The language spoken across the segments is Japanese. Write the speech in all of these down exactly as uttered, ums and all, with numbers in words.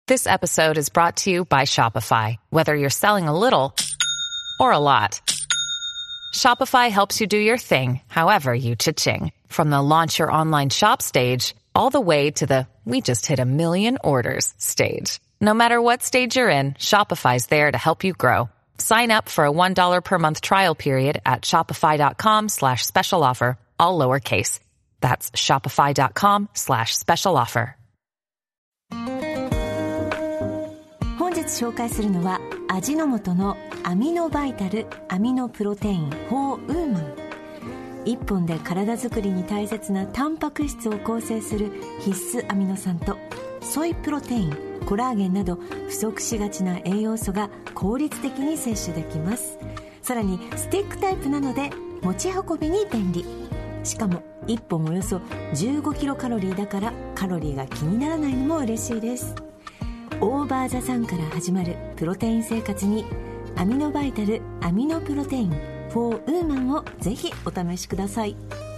This episode is brought to you by Shopify. Whether you're selling a little or a lot, Shopify helps you do your thing, however you cha-ching. From the launch your online shop stage, all the way to the we just hit a million orders stage. No matter what stage you're in, Shopify's there to help you grow. Sign up for a one dollar per month trial period at shopify.com slash special offer, all lowercase. That's shopify.com slash special offer. 本日紹介するのは味の素のアミノバイタルアミノプロテインフォーウーマン。いっぽんで体づくりに大切なタンパク質を構成する必須アミノ酸とソイプロテイン、コラーゲンなど不足しがちな栄養素が効率的に摂取できます。さらにスティックタイプなので持ち運びに便利。しかもいっぽんおよそじゅうごキロカロリーだからカロリーが気にならないのも嬉しいです。オーバーザさんから始まるプロテイン生活にアミノバイタルアミノプロテインフォーウーマンをぜひお試しください。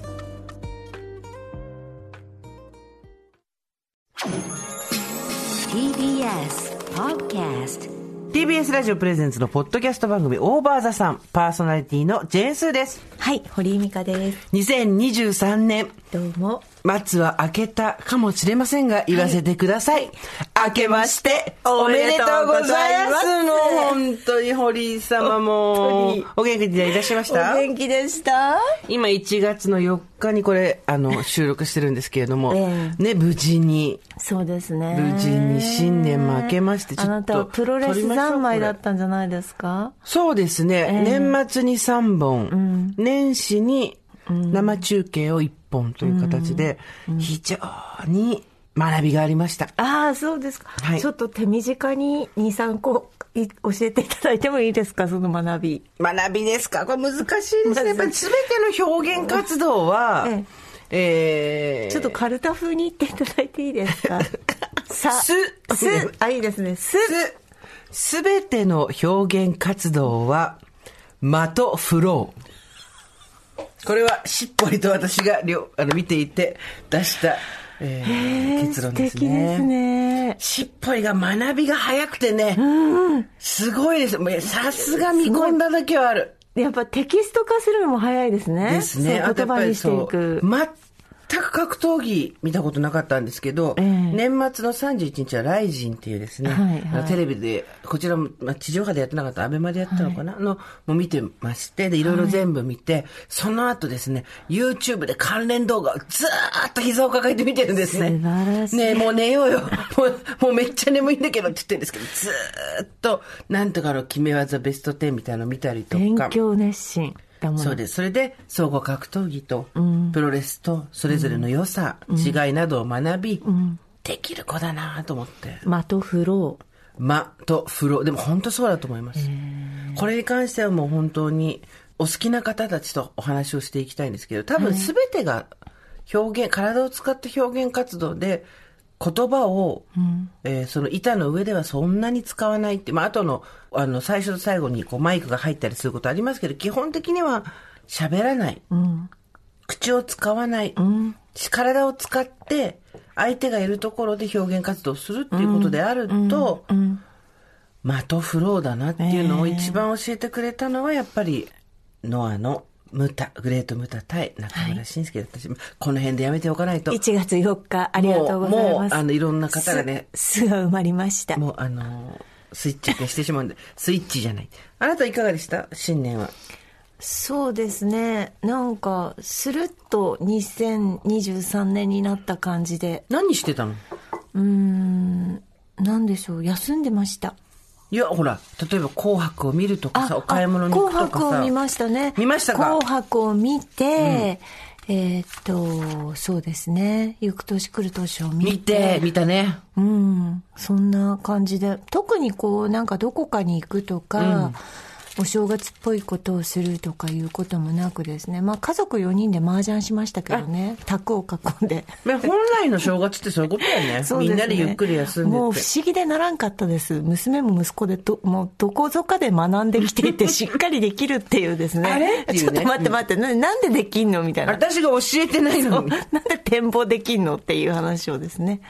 ティービーエス Podcast。 ティービーエス ラジオプレゼンツのポッドキャスト番組オーバーザさん、パーソナリティのジェーンスーです。 はい、堀井美香です。 にせんにじゅうさんねんどうも。 末は明けたかもしれませんが言わせてください、はい、明けましておめでとうございますの本当に堀井様もお元気でいらっしゃいました？ お元気でした。 今いちがつのよっかにこれあの収録してるんですけれども、えー、ね無事にそうですね無事に新年も明けましてちょっとあなたはプロレス三昧だったんじゃないですか？ そうですね、えー、年末にさんぼん、うん、年始に生中継をいっぽんという形で非常に学びがありました。 ああ、そうですか、はい、ちょっと手短に にさんこ教えていただいてもいいですか？その学び学びですか？これ難しいですね。やっぱり全ての表現活動は、えええー、 ちょっとカルタ風に言っていただいていいですか？さすすあいいですね。すすべての表現活動は間とフロー。これはしっぽりと私があの見ていて出した、えー、結論ですね。素敵ですね。しっぽりが学びが早くてね、うん、すごいです。さすが見込んだだけはある。 やっぱテキスト化するのも早いですね。 ですね。 言葉にしていく。 全く格闘技見たことなかったんですけど、えー、年末のさんじゅういちにちはライジンっていうですね、はいはい、テレビでこちらも、まあ、地上波でやってなかったアベマでやったのかな、はい、のも見てましてでいろいろ全部見て、はい、その後ですね YouTube で関連動画をずーっと膝を抱えて見てるんですね。 素晴らしい。 ねえもう寝ようよもう、もうめっちゃ眠いんだけどって言ってるんですけどずーっとなんとかの決め技ベストじゅうみたいなの見たりとか勉強熱心。 そうです。それで総合格闘技とプロレスとそれぞれの良さ、うん、違いなどを学び、うん、できる子だなと思って。 間とフロー。 間とフロー。でも本当そうだと思います。これに関してはもう本当にお好きな方たちとお話をしていきたいんですけど、多分全てが表現、体を使った表現活動で言葉を、うんえー、その板の上ではそんなに使わないって、まあ後のあの最初と最後にこうマイクが入ったりすることありますけど、基本的には喋らない、うん、口を使わない、うん、体を使って相手がいるところで表現活動をするっていうことであると、うんうんうん、的フローだなっていうのを一番教えてくれたのはやっぱりノアのムタグレートムタ対中村慎介だったし、はい、この辺でやめておかないと。 いちがつよっかありがとうございます。 もう、もうあのいろんな方がね巣が埋まりました。 もうあのスイッチ消してしまうんでスイッチじゃない。あなたいかがでした新年は？ そうですね、なんかスルッとにせんにじゅうさんねんになった感じで。 何してたの？ うーんなんでしょう、休んでました。 いやほら例えば紅白を見るとかさ、お買い物に行くとかさ。 紅白を見ましたね。 見ましたか？ 紅白を見て、うん、えー、っとそうですね、行く年来る年を見て見て見たね。 うんそんな感じで、特にこうなんかどこかに行くとか、うんお正月っぽいことをするとかいうこともなくですね、まあ家族よにんで麻雀しましたけどね、卓を囲んで。 本来の正月ってそういうことだよね。そうですね、みんなでゆっくり休んでて。 もう不思議でならんかったです。娘も息子でどもうどこぞかで学んできていてしっかりできるっていうですね。 あれっていうね、 ちょっと待って待って、な, なんでできんのみたいな。 私が教えてないのに。 なんで展望できんのっていう話をですね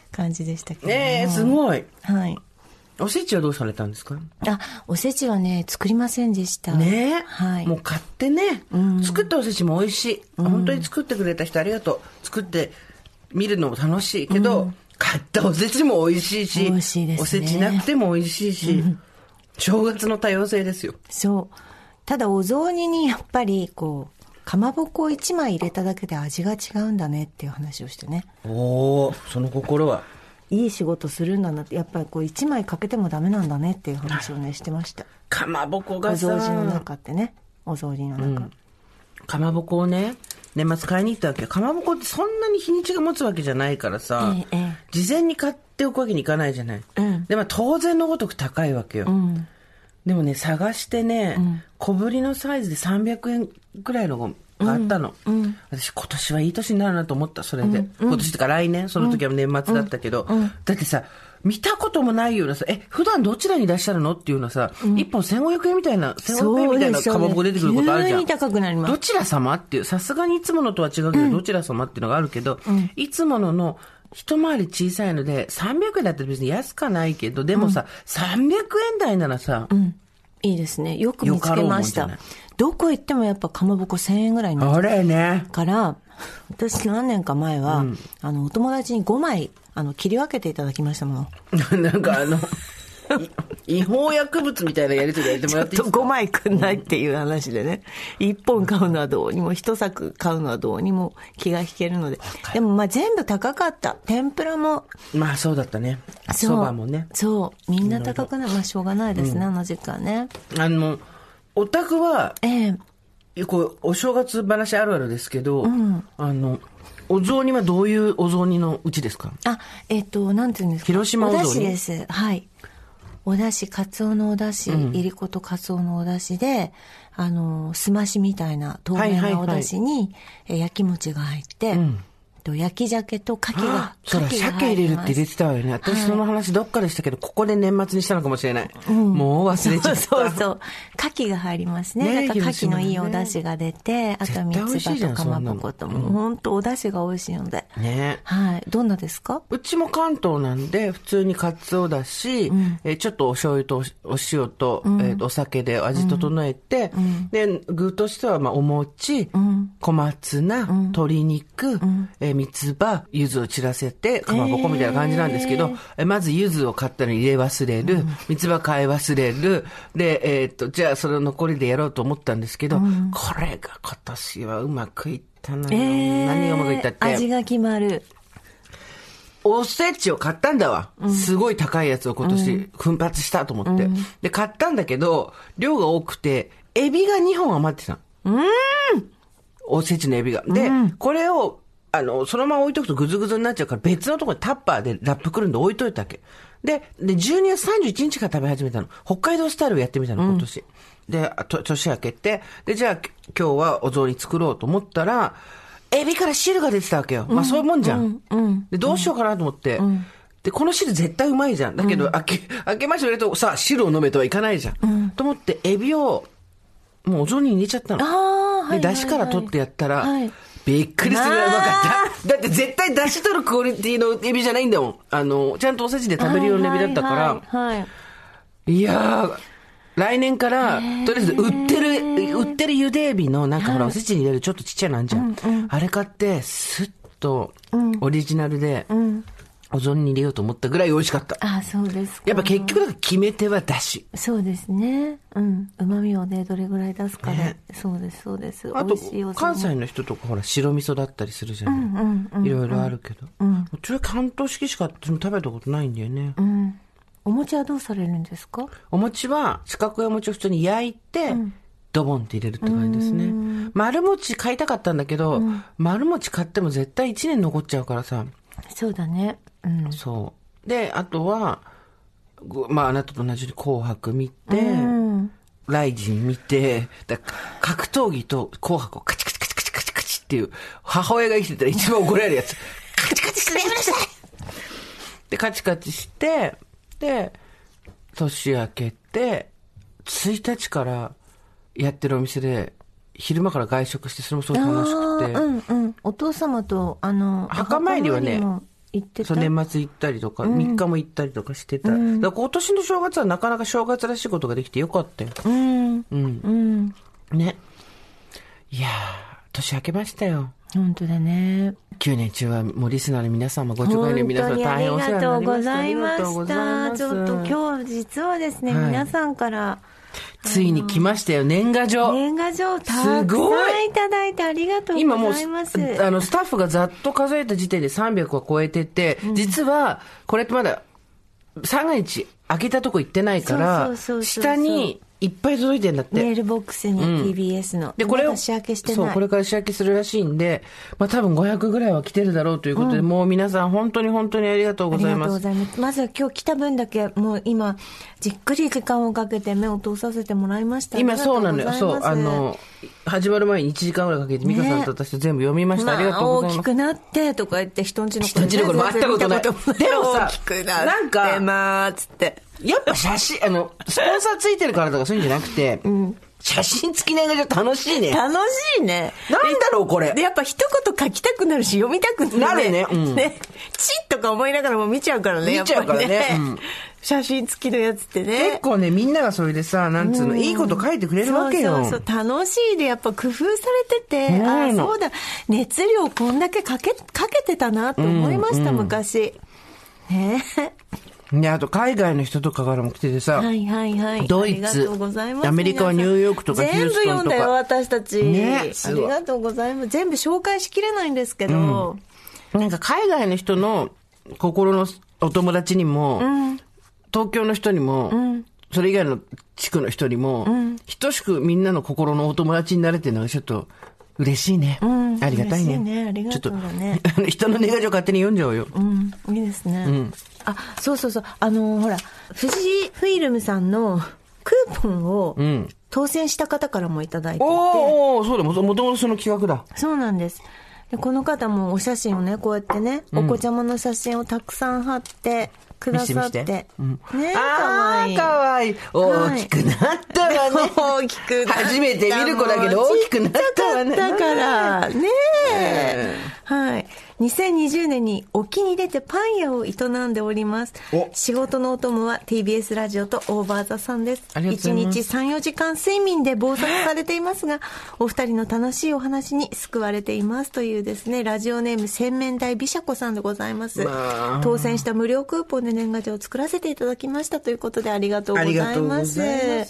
感じでしたけどねえ、すごい。 はい。 おせちはどうされたんですか？ あ、おせちはね、作りませんでした。 ねえ。 はい。 もう買ってね、うん、作ったおせちも美味しい、うん。本当に作ってくれた人ありがとう。作ってみるのも楽しいけど、うん、買ったおせちも美味しいし、 美味しいですね。 おせちなくても美味しいし、うん、正月の多様性ですよ。 そう。ただお雑煮にやっぱりこう、かまぼこをいちまい入れただけで味が違うんだねっていう話をしてね。 おー、その心は。 いい仕事するんだなって、やっぱりこういちまいかけてもダメなんだねっていう話をねしてました。 かまぼこがさ、 お雑煮の中ってね、お雑煮の中、うん、 かまぼこをね年末買いに行ったわけよ。かまぼこってそんなに日にちが持つわけじゃないからさ、ええ、事前に買っておくわけにいかないじゃない、うん、でも当然のごとく高いわけよ、うん、でもね探してね、うん、小ぶりのサイズでさんびゃくえんくらいのがあったの、うんうん、私今年はいい年になるなと思った。それで、うんうん、今年とか来年、その時は年末だったけど、うんうん、だってさ見たこともないようなさ、え普段どちらにいらっしゃるのっていうのはさ、うん、いっぽんせんごひゃくえんみたいなせんごひゃくえんみたいなかまぼこ出てくることあるじゃん。 急に高くなります。 どちら様っていう、さすがにいつものとは違うけど、うん、どちら様っていうのがあるけど、うん、いつものの一回り小さいのでさんびゃくえんだったら別に安かないけど、でもさ、うん、さんびゃくえん台ならさ、うん、いいですね。よく見つけました。どこ行ってもやっぱかまぼこせんえんぐらいになっちゃう。 あれね。 から、私何年か前は、うん、あの、お友達にごまい、あの、切り分けていただきましたもの。なんかあの、違法薬物みたいなやりとりやってもらっていいですか？ ちょっとごまいくんないっていう話でね。うん、いっぽん買うのはどうにも、一作買うのはどうにも気が引けるので。でもまあ全部高かった。天ぷらも。 まあそうだったね。そばもね。 そう。みんな高くない。まあしょうがないですね、うん、あの時間ね。 あの、お宅は、ええ、こうお正月話あるあるですけど、うん、あのお雑煮はどういうお雑煮のうちですか？ あ、えっとなんていうんですか。 広島お雑煮。 おだしです。はい。おだし、かつおのおだし、うん、いりことかつおのおだしで、あのすましみたいな透明なおだしに、はいはいはい、焼き餅が入って。うん、焼き鮭と牡蠣が、 そうだ、鮭入れるって入れてたわよね。私その話どっかでしたけど、はい、ここで年末にしたのかもしれない。うん、もう忘れちゃった。 そうそうそう。牡蠣が入りますね。ね、だから牡蠣のいいお出汁が出て、あとは三つ葉とかまぼことも、本当お出汁が美味しいので。ね。はい。どんなですか？ うちも関東なんで、普通にカツオだし、うん、えちょっとお醤油とお塩と、うん、えー、お酒で味整えて、うん、で、具としては、まあ、お餅、うん、小松菜、うん、鶏肉、うん、えー、三つ葉、柚子を散らせてかまぼこみたいな感じなんですけど、えー、まず柚子を買ったのに入れ忘れる、うん、三つ葉買い忘れるで、えー、っとじゃあそれを残りでやろうと思ったんですけど、うん、これが今年はうまくいったのよ、えー、何がうまくいったって味が決まる。 おせちを買ったんだわ、うん、すごい高いやつを今年奮発したと思って、うん、で買ったんだけど量が多くてエビがにほん余ってたの、うん、おせちのエビがで、うん、これをあの、そのまま置いとくとグズグズになっちゃうから別のところにタッパーでラップくるんで置いといたわけ。で、で、じゅうにがつさんじゅういちにちから食べ始めたの。北海道スタイルをやってみたの、今年。うん、で、と、年明けて、で、じゃあ今日はお雑煮作ろうと思ったら、エビから汁が出てたわけよ。うん、まあそういうもんじゃん。うんうん、で、どうしようかなと思って。うん、で、この汁絶対うまいじゃん。だけど、うん、開け、開けましょう入れると、さあ、汁を飲めとはいかないじゃん。うん、と思って、エビを、もうお雑煮に入れちゃったの。あー、で、出汁から取ってやったら、はい、びっくりするぐらいうまかった。だって絶対出し取るクオリティのエビじゃないんだもん。あの、ちゃんとおせちで食べるようなエビだったから。はいはいはい、いやー、来年から、とりあえず売ってる、売ってる茹でエビのなんかほらおせちに入れるちょっとちっちゃいのあんじゃん。うんうん、あれ買って、スッとオリジナルで、うんうんお雑煮に入れようと思ったぐらい美味しかった。 ああ、そうですか。 やっぱ結局だから決め手はだし。 そうですね。うん。旨味をね、どれぐらい出すかで。ね、そうです、そうです。 あと、関西の人とかほら、白味噌だったりするじゃない。うんうんうん、いろいろあるけど。うん。うちは関東式しか私も食べたことないんだよね。うん。 お餅はどうされるんですか？ お餅は、四角いお餅を普通に焼いて、うん、ドボンって入れるって感じですね。丸餅買いたかったんだけど、うん、丸餅買っても絶対いちねん残っちゃうからさ。 そうだね。うん。 そう。で、あとは、まあ、あなたと同じように紅白見て、うん、ライジン見て、だ格闘技と紅白をカチカチカチカチカチカチっていう、母親が生きてたら一番怒られるやつ。カチカチしてやめなさいで、カチカチして、で、年明けて、ついたちからやってるお店で、昼間から外食して、それもすごい楽しくて。 うんうん。お父様と、あの、 墓参りはね、 行ってた。 そう、年末行ったりとか、うん、みっかも行ったりとかしてた。うん、だから今年の正月はなかなか正月らしいことができてよかったよ。うん。うん。うん。ね。いやー、年明けましたよ。 本当だね。 きゅうねん中はもうリスナーの皆様、ご助会の皆様大変お世話になりました。 ありがとうございました。ちょっと今日実はですね、はい、皆さんから、 ついに来ましたよ、年賀状。 年賀状、たくさんいただいてありがとうございます。今もう、 あの、スタッフがざっと数えた時点でさんびゃくは超えてて、うん、実は、これってまだ、さんがつ開けたとこ行ってないから、下に、いっぱい届いてんだって。 メールボックスに ティービーエス の。 で、これを、 まだ仕分けしてない。 そう、これから仕分けするらしいんで、まあ多分ごひゃくぐらいは来てるだろうということで、うん、もう皆さん本当に本当にありがとうございます。ありがとうございます。 まずは今日来た分だけ、もう今、じっくり時間をかけて目を通させてもらいました。 今そうなのよ。そう、あの、始まる前にいちじかんぐらいかけて、美香さんと私と全部読みました。ね、ありがとうございます。 大きくなってとか言って、人んちの子に。人んちの子に会ったことない。でもさ、 大きくなって、なんか、まあ、つって。 やっぱ写真、あの、スポンサーついてるからとかそういうんじゃなくて、うん、写真付き年賀状楽しいね。 楽しいね。 なんだろうこれ。 で、やっぱ一言書きたくなるし、読みたくなる、ね。 なるね。うん。ね。 チッとか思いながらも見ちゃうからね。 見ちゃうからね。ね、うん、 写真付きのやつってね。 結構ね、みんながそれでさ、なんつうの、うん、いいこと書いてくれるわけよ。 そうそうそう。楽しいで、やっぱ工夫されてて、うん、ああ、そうだ、熱量こんだけかけ、かけてたなと思いました、うん、昔。ねで、あと海外の人とかからも来ててさ、 はいはいはい、 ドイツ、アメリカはニューヨークとかヒューストンとか。全部読んだよ、私たち。ね、ありがとうございます。全部紹介しきれないんですけど。 うん、なんか海外の人の心のお友達にも、うん、東京の人にも、うん、それ以外の地区の人にも、うん、等しくみんなの心のお友達になれてるのがちょっと、嬉しいね、うん。ありがたいね。 嬉しいね。ありがとうだね。 ちょっと、人の年賀状勝手に読んじゃおうよ。 うん。いいですね。うん。あ、そうそうそう。あのー、ほら、富士フィルムさんのクーポンを当選した方からもいただいていて。 おー、そうだ。もともとその企画だ。 そうなんです。で、この方もお写真をね、こうやってね、うん、お子ちゃまの写真をたくさん貼ってくださって。見て見て、うん、ね、かわいい。 かわいい。大きくなったわね。 大きくなった。 初めて見る子だけど大きくなったわね。 だからねえ、はい。にせんにじゅうねんに沖に出てパン屋を営んでおります。仕事のお供は ティービーエス ラジオとオーバーザさんです。いちにちさん、よじかん睡眠で忙殺されていますが、お二人の楽しいお話に救われていますというですね、ラジオネーム洗面台美車子さんでございます。当選した無料クーポンで年賀状を作らせていただきましたということでありがとうございます。ありがとうございます。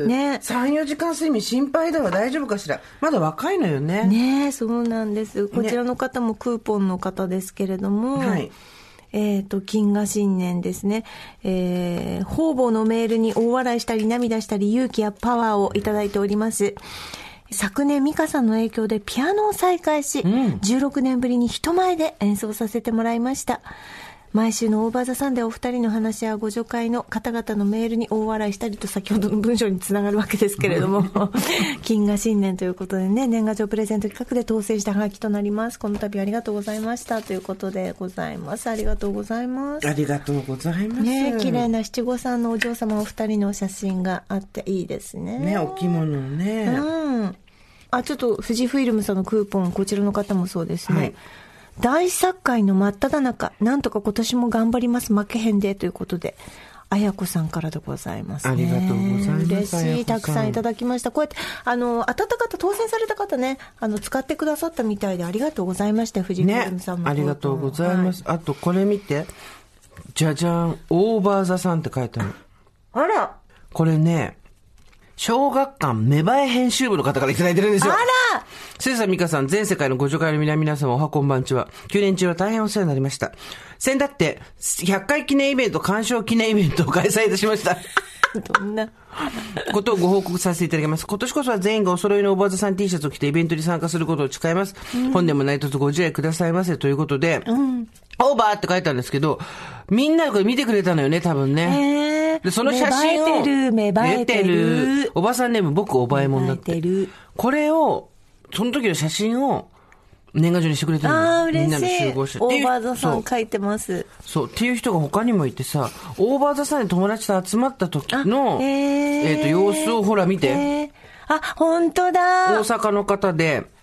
ね、 さん、よじかん睡眠心配だわ。大丈夫かしら。まだ若いのよね。 ね、そうなんです。こちらの方もクーポンの方ですけれども、はい、えっと、金河新年ですね、えー、方々のメールに大笑いしたり涙したり勇気やパワーをいただいております。昨年美香さんの影響でピアノを再開し、うん、じゅうろくねんぶりに人前で演奏させてもらいました。毎週のオーバーザさんでお二人の話やご助会の方々のメールに大笑いしたりと先ほどの文章につながるわけですけれども金河新年ということでね、年賀状プレゼント企画で当選したハガキとなります。この度ありがとうございましたということでございます。ありがとうございます。 ありがとうございます。 ね、綺麗な七五三のお嬢様お二人のお写真があっていいですね。 ね、お着物ね。 うん。あ、ちょっと富士フイルムさんのクーポン、こちらの方もそうですね。はい、大作会の真っ只中、なんとか今年も頑張ります、負けへんでということで、あやこさんからでございますね。 ありがとうございます。 嬉しい、たくさんいただきました。こうやってあの当たった方、当選された方ね、あの使ってくださったみたいでありがとうございました。藤井風さんも、ね、 ありがとうございます。はい、あとこれ見て、じゃじゃん、オーバーザさんって書いてある。 あら、 これね、小学館芽生え編集部の方からいただいてるんですよ。 あら、 せいさん、みかさん、全世界のご助会の皆々様、おはこんばんちは。きゅうねん中は大変お世話になりました。先だってひゃっかい記念イベント、鑑賞記念イベントを開催いたしましたどんなことをご報告させていただきます。今年こそは全員がお揃いのおばあざさん T シャツを着てイベントに参加することを誓います。うん、本年も何卒ご自愛くださいませということで、うん、オーバーって書いてあるんですけど、みんなでこれ見てくれたのよね、多分ね。で、その写真を、 芽生えてる、芽生えてる。 おばさんネーム、僕おばえもんだって。これを、その時の写真を、年賀状にしてくれてるの。 ああ、嬉しい。 みんなで集合して。 オーバーザさん書いてます。 そう。っていう人が他にもいてさ、オーバーザさんに友達と集まった時の、えっと、様子をほら見て。 あ、本当だ。 大阪の方で、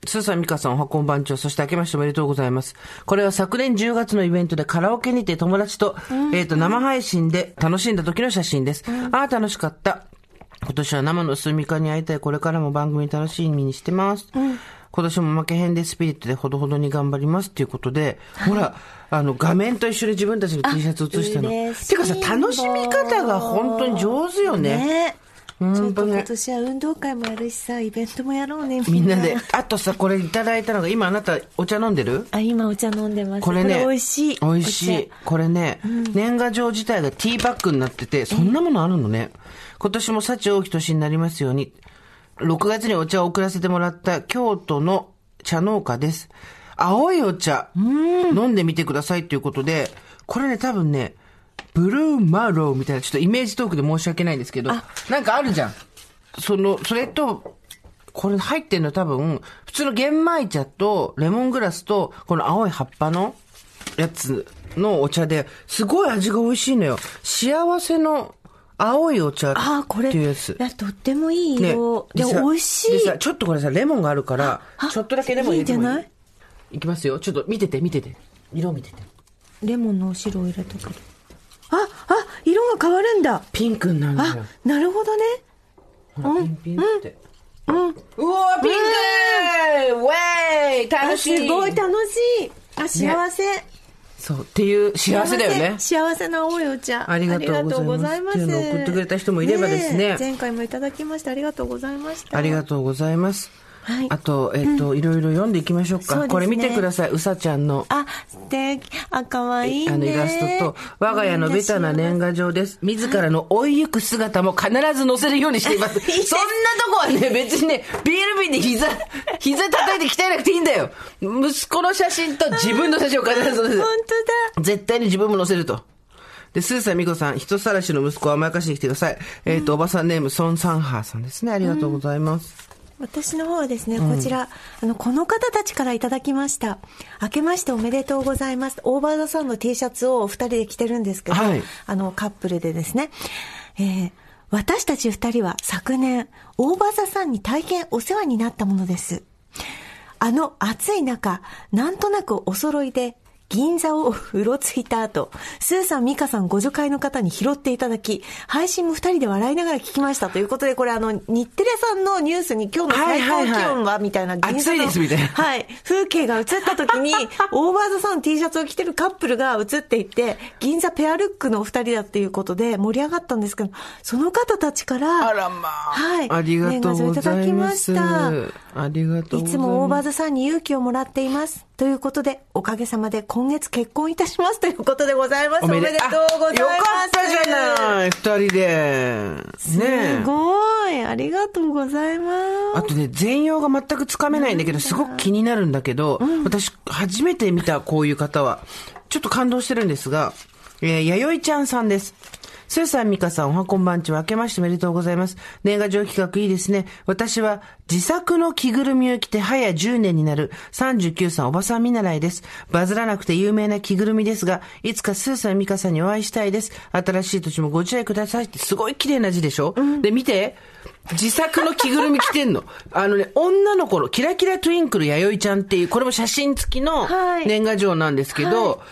スーさん、ミカさん、おはこんばんちょ、そして明けましておめでとうございます。これは昨年じゅうがつのイベントでカラオケにて友達と、うん、えっ、ー、と、生配信で楽しんだ時の写真です。うん、ああ、楽しかった。今年は生のスーミカに会いたい。これからも番組楽しみにしてます。うん、今年も負けへんでスピリットでほどほどに頑張りますっていうことで、はい、ほら、あの、画面と一緒に自分たちの T シャツ写したの。てかさ、楽しみ方が本当に上手よね。ね、 うん、ちょっと今年は運動会もやるしさ、イベントもやろうね、みんな。 みんなで。あとさ、これいただいたのが、今あなたお茶飲んでる？ あ、今お茶飲んでます。 これね、 これ美味しい。 美味しい。これね、うん、年賀状自体がティーバッグになってて、そんなものあるのね。今年も幸多き年になりますように。ろくがつにお茶を送らせてもらった京都の茶農家です。青いお茶、うん、飲んでみてくださいということで、これね、多分ね、ブルーマローみたいな、ちょっとイメージトークで申し訳ないんですけど、なんかあるじゃん。その、それと、これ入ってるの多分、普通の玄米茶とレモングラスと、この青い葉っぱのやつのお茶で、すごい味が美味しいのよ。幸せの青いお茶っていうやつ。 あ、これ、とってもいい色。ね、で、美味しい。 でさ、ちょっとこれさ、レモンがあるから、ちょっとだけレモン入れてもいい？いいんじゃない？いきますよ。ちょっと見てて、見てて。色見てて。 レモンのお汁を入れとく。あ、あ、色が変わるんだ。 ピンクになるんだよ。 あ、なるほどね。 ほら、ピンピンって。うん。うん、うわ、ピンク、うん、ウェイ楽しい。 すごい楽しい。あ、幸せ。ね、 そう、っていう幸せだよね。 幸せな青いお茶。 ありがとうございます。っていうのを送ってくれた人もいればですね。 ね、前回もいただきましてありがとうございました。 ありがとうございます。はい、あと、えっ、ー、と、うん、いろいろ読んでいきましょうか。う、ね、これ見てください。うさちゃんの。 あ、素敵。あ、かわいいね。 あのイラストと、我が家のベタな年賀状です。自らの追いゆく姿も必ず載せるようにしています。そんなとこはね、別にね、ビール瓶で膝、膝叩いて鍛えなくていいんだよ。息子の写真と自分の写真を必ず載せる。 本当だ。絶対に自分も載せると。で、スーさん、ミコさん、人さらしの息子を甘やかしてきてください。えっ、ー、と、おばさんネーム、ソン・サンハーさんですね。ありがとうございます。 うん、私の方はですね、こちら、うん、あの、この方たちからいただきました。明けましておめでとうございます。オーバーザさんの T シャツを二人で着てるんですけど、はい、あの、カップルでですね、えー、私たち二人は昨年、オーバーザさんに大変お世話になったものです。あの暑い中、なんとなくお揃いで、銀座をうろついた後、スーさん、ミカさんご助会の方に拾っていただき、配信も二人で笑いながら聞きましたということで、これあの、日テレさんのニュースに今日の最高気温はみたいな、 銀座の、暑いですみたいな。 はい、風景が映った時に、オーバーザさんの T シャツを着てるカップルが映っていって、銀座ペアルックのお二人だっていうことで盛り上がったんですけど、その方たちから、 あらまあ、 はい、 ありがとうございます。ありがとうございます。 いつもオーバーザさんに勇気をもらっています。ということで、おかげさまで今月結婚いたしますということでございます。おめでとうございます。 よかったじゃない、二人で。ね、 すごい。ありがとうございます。 あとね、全容が全くつかめないんだけど、すごく気になるんだけど、うん、私、初めて見たこういう方は、ちょっと感動してるんですが、えー、やよいちゃんさんです。スーさん、ミカさん、おはこんばんちは。明けましておめでとうございます。年賀状企画いいですね。私は自作の着ぐるみを着て早じゅうねんになるさんじゅうきゅうさいおばさん見習いです。バズらなくて有名な着ぐるみですが、いつかスーさん、ミカさんにお会いしたいです。新しい年もご自愛くださいってすごい綺麗な字でしょ、うん、で、見て。自作の着ぐるみ着てんの。あのね、女の子のキラキラトゥインクルやよいちゃんっていう、これも写真付きの年賀状なんですけど、はい、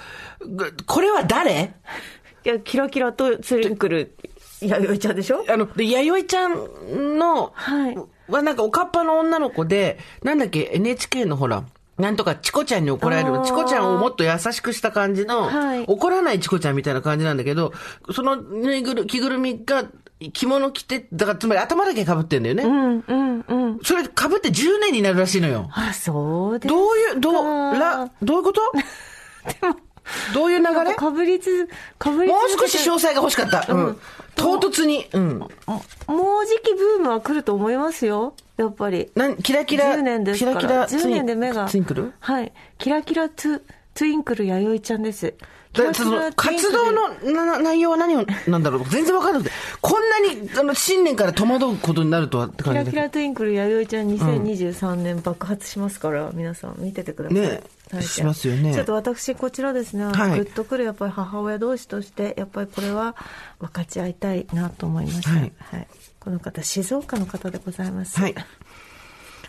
これは誰？ いや、キラキラとツインクル、やよいちゃんでしょ？ あの、で、やよいちゃんの、はい。はなんかおかっぱの女の子で、なんだっけ、エヌエイチケー のほら、なんとかチコちゃんに怒られる。チコちゃんをもっと優しくした感じの、はい、怒らないチコちゃんみたいな感じなんだけど、そのぬいぐる、着ぐるみが着物着て、だからつまり頭だけ被ってんだよね。うんうんうん。それ被ってじゅうねんになるらしいのよ。 あ、そうですか。 どういう、どう、ら、どういうことでもどういう流れ？ かぶりつ、かぶりつ。 もう少し詳細が欲しかった。うん。唐突に。うん。もうじきブームは来ると思いますよ。やっぱり。 なん、キラキラ。 じゅうねんですから。 キラキラ。 じゅうねんで目が。 ツインクル？ はい。キラキラツ、ツインクルやよいちゃんです。 だその活動のな内容は何なんだろう全然わかんなくて、こんなにあの新年から戸惑うことになるとはって感じで。 キラキラトゥインクルやよいちゃんにせんにじゅうさんねん爆発しますから、うん、皆さん見ててください。 ね、しますよね。 ちょっと私こちらですね、はい、グッとくるやっぱり母親同士としてやっぱりこれは分かち合いたいなと思いました。はい、はい、この方静岡の方でございます。はい。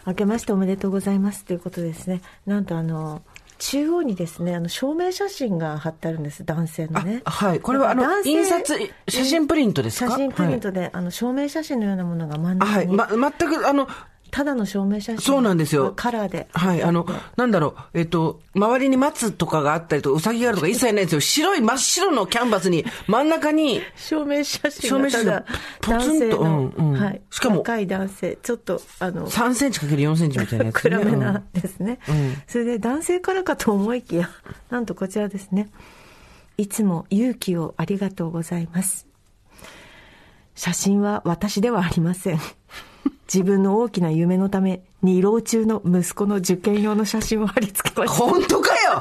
明けましておめでとうございますということですね。なんとあの中央にですね、あの証明写真が貼ってあるんです、男性のね。 はい、これはあの印刷写真プリントですか？ 写真プリントで、はい、あの証明写真のようなものが真ん中に、 はい、ま、全くあのただの証明写真。 そうなんですよ。 カラーで。 はい、あの、なんだろう、えっと、周りに松とかがあったりとか、うさぎがあるとか一切ないんですよ。白い、真っ白のキャンバスに、真ん中に、 証明写真証明写真がポツンと、うんうん、 はい。 しかも、 若い男性、ちょっと、あの、 さんセンチかけるよんセンチみたいなやつ、ね。 暗めなですね、 うん。 それで男性からかと思いきや、なんとこちらですね。いつも勇気をありがとうございます。写真は私ではありません。自分の大きな夢のため、二浪中の息子の受験用の写真を貼り付けました。 本当かよ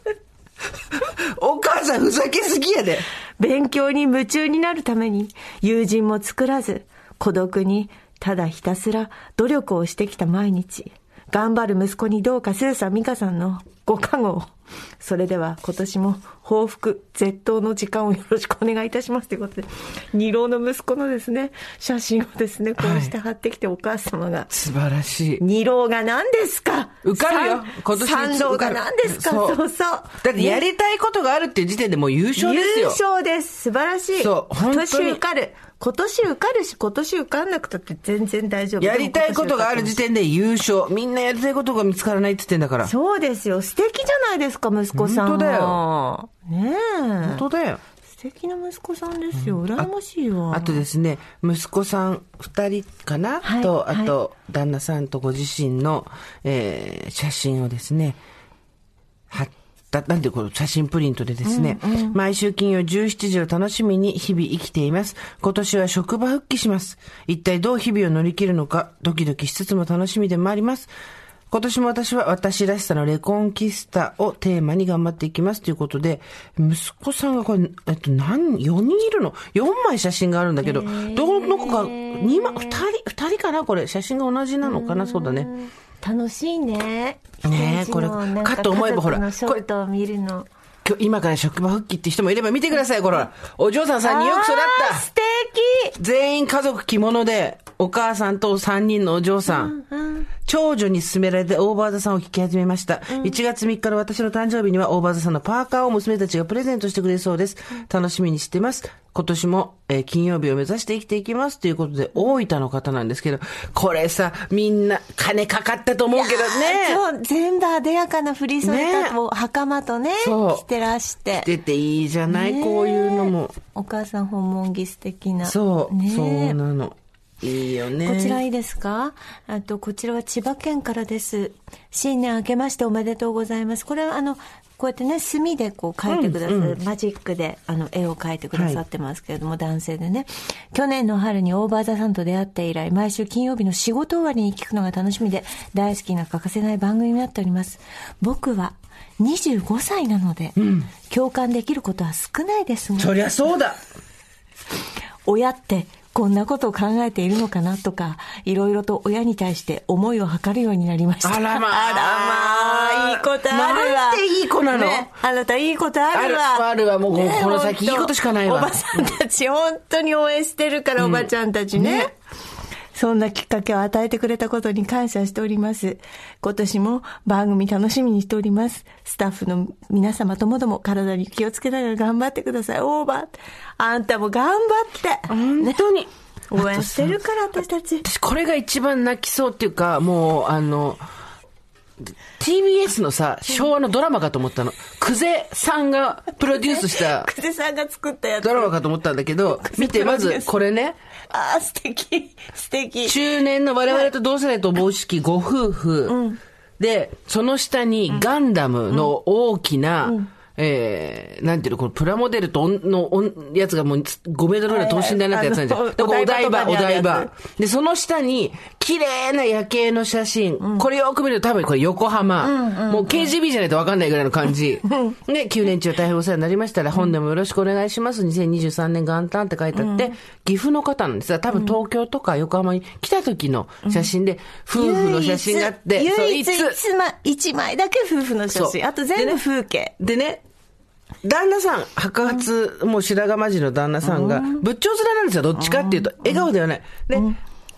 お母さんふざけすぎやで。 勉強に夢中になるために、友人も作らず、孤独にただひたすら努力をしてきた毎日。頑張る息子にどうかスーさん、ミカさんのご加護を。それでは今年も報復絶倒の時間をよろしくお願いいたしますということで、二浪の息子のですね写真をですねこうして貼ってきて、お母様が、 素晴らしい。 二浪が何ですか、 受かるよ今年。 三浪が何ですか。そうそうそう。 だってやりたいことがあるっていう時点でもう優勝ですよ。 優勝です。素晴らしい。 そう今年受かる。今年受かるし、今年受かんなくたって全然大丈夫。 やりたいことがある時点で優勝。みんなやりたいことが見つからないって言ってんだから。 そうですよ。素敵じゃないですか、息子さんは。 本当だよ。 ねえ。 本当だよ。 素敵な息子さんですよ。羨ましいわ。 あ, あとですね、息子さん二人かな、はい、と、あと、はい、旦那さんとご自身の、えー、写真をですね、貼って、だなんてこの写真プリントでですね、うんうん、毎週金曜じゅうしちじを楽しみに日々生きています。今年は職場復帰します。一体どう日々を乗り切るのか、ドキドキしつつも楽しみでもあります。今年も私は私らしさのレコンキスタをテーマに頑張っていきますということで、息子さんがこれ、えっと、何、よにんいるの ?よん 枚写真があるんだけど、どの子か、にまい、ふたり、ふたりかなこれ、写真が同じなのかな。そうだね。 楽しいね。 ねえ、これ、かと思えばほら、 これ、見るの。 今日、今から職場復帰って人もいれば見てください、これ。お嬢さんさんにんよく育った。 素敵。 全員家族着物で、お母さんとさんにんのお嬢さん。うんうん、長女に勧められてオーバーザさんを聞き始めました。うん、いちがつみっかの私の誕生日にはオーバーザさんのパーカーを娘たちがプレゼントしてくれるそうです。うん、楽しみにしてます。今年も、えー、金曜日を目指して生きていきますということで、大分の方なんですけど、これさ、みんな金かかったと思うけどね。 そう、全部あでやかな振り袖と、ね、袴とね、着てらして。 着てていいじゃない、こういうのも。 お母さん訪問着素敵な。 そう、ね、そうなの。いいよね。 こちらいいですか？あと、こちらは千葉県からです。新年明けましておめでとうございます。これはあの、こうやってね、墨でこう描いてくださる、うんうん、マジックであの絵を描いてくださってますけれども、はい、男性でね。去年の春にオーバーザさんと出会って以来、毎週金曜日の仕事終わりに聞くのが楽しみで、大好きな欠かせない番組になっております。僕はにじゅうごさいなので、うん、共感できることは少ないですが。 そりゃそうだ。 親ってこんなことを考えているのかなとか、いろいろと親に対して思いをはかるようになりました。 あらまあ、 あらまあ、いいことあるわ。 なんていい子なの、 ね、あなたいいことあるわ。 ある、あるわ。もう、ね、この先いいことしかないわ。 おばさんたち、本当に応援してるから、おばちゃんたちね。うんね、そんなきっかけを与えてくれたことに感謝しております。今年も番組楽しみにしております。スタッフの皆様ともども体に気をつけながら頑張ってください。オーバー。あんたも頑張って。 本当に。 ね、応援してるから私たち。 私これが一番泣きそうっていうか、もうあの、ティービーエス のさ、昭和のドラマかと思ったの。久世さんがプロデュースした。 久世さんが作ったやつ。 ドラマかと思ったんだけど、見て、まずこれね。 ああ、素敵。素敵。 中年の我々と同世代とおぼしきご夫婦。うん、で、その下にガンダムの大きな、うんうんえー、なんていうの、このプラモデルとのやつがもうごメートルぐらい等身大になったやつなんじゃん。だからお台場、お台場。で、その下に、綺麗な夜景の写真。うん、これよく見ると多分これ横浜。うんうんうん、もう ケージービー じゃないとわかんないぐらいの感じ。で、きゅうねん中大変お世話になりましたら、本年もよろしくお願いします。にせんにじゅうさんねん元旦って書いてあって、うん、岐阜の方なんですが、多分東京とか横浜に来た時の写真で、夫婦の写真があって、 唯一一枚だけ夫婦の写真。あと全部風景。 でね、旦那さん、白髪、もう白髪混じりの旦那さんが、仏頂面なんですよ、どっちかっていうと。笑顔ではない。で、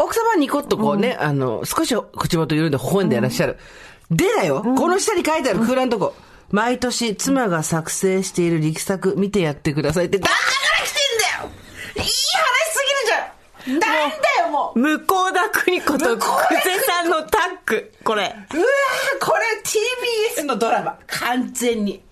奥様はニコッとこうね、うん、あの、少し口元緩んで微笑んでいらっしゃる。うん、でだよ、うん、この下に書いてある空欄のとこ。うん、毎年妻が作成している力作見てやってくださいって旦那から来てんだよ。いい話すぎるじゃん。なんだよもう。 向田邦子と久世さんのタッグ。これ。うわー、これ ティービーエス のドラマ。完全に。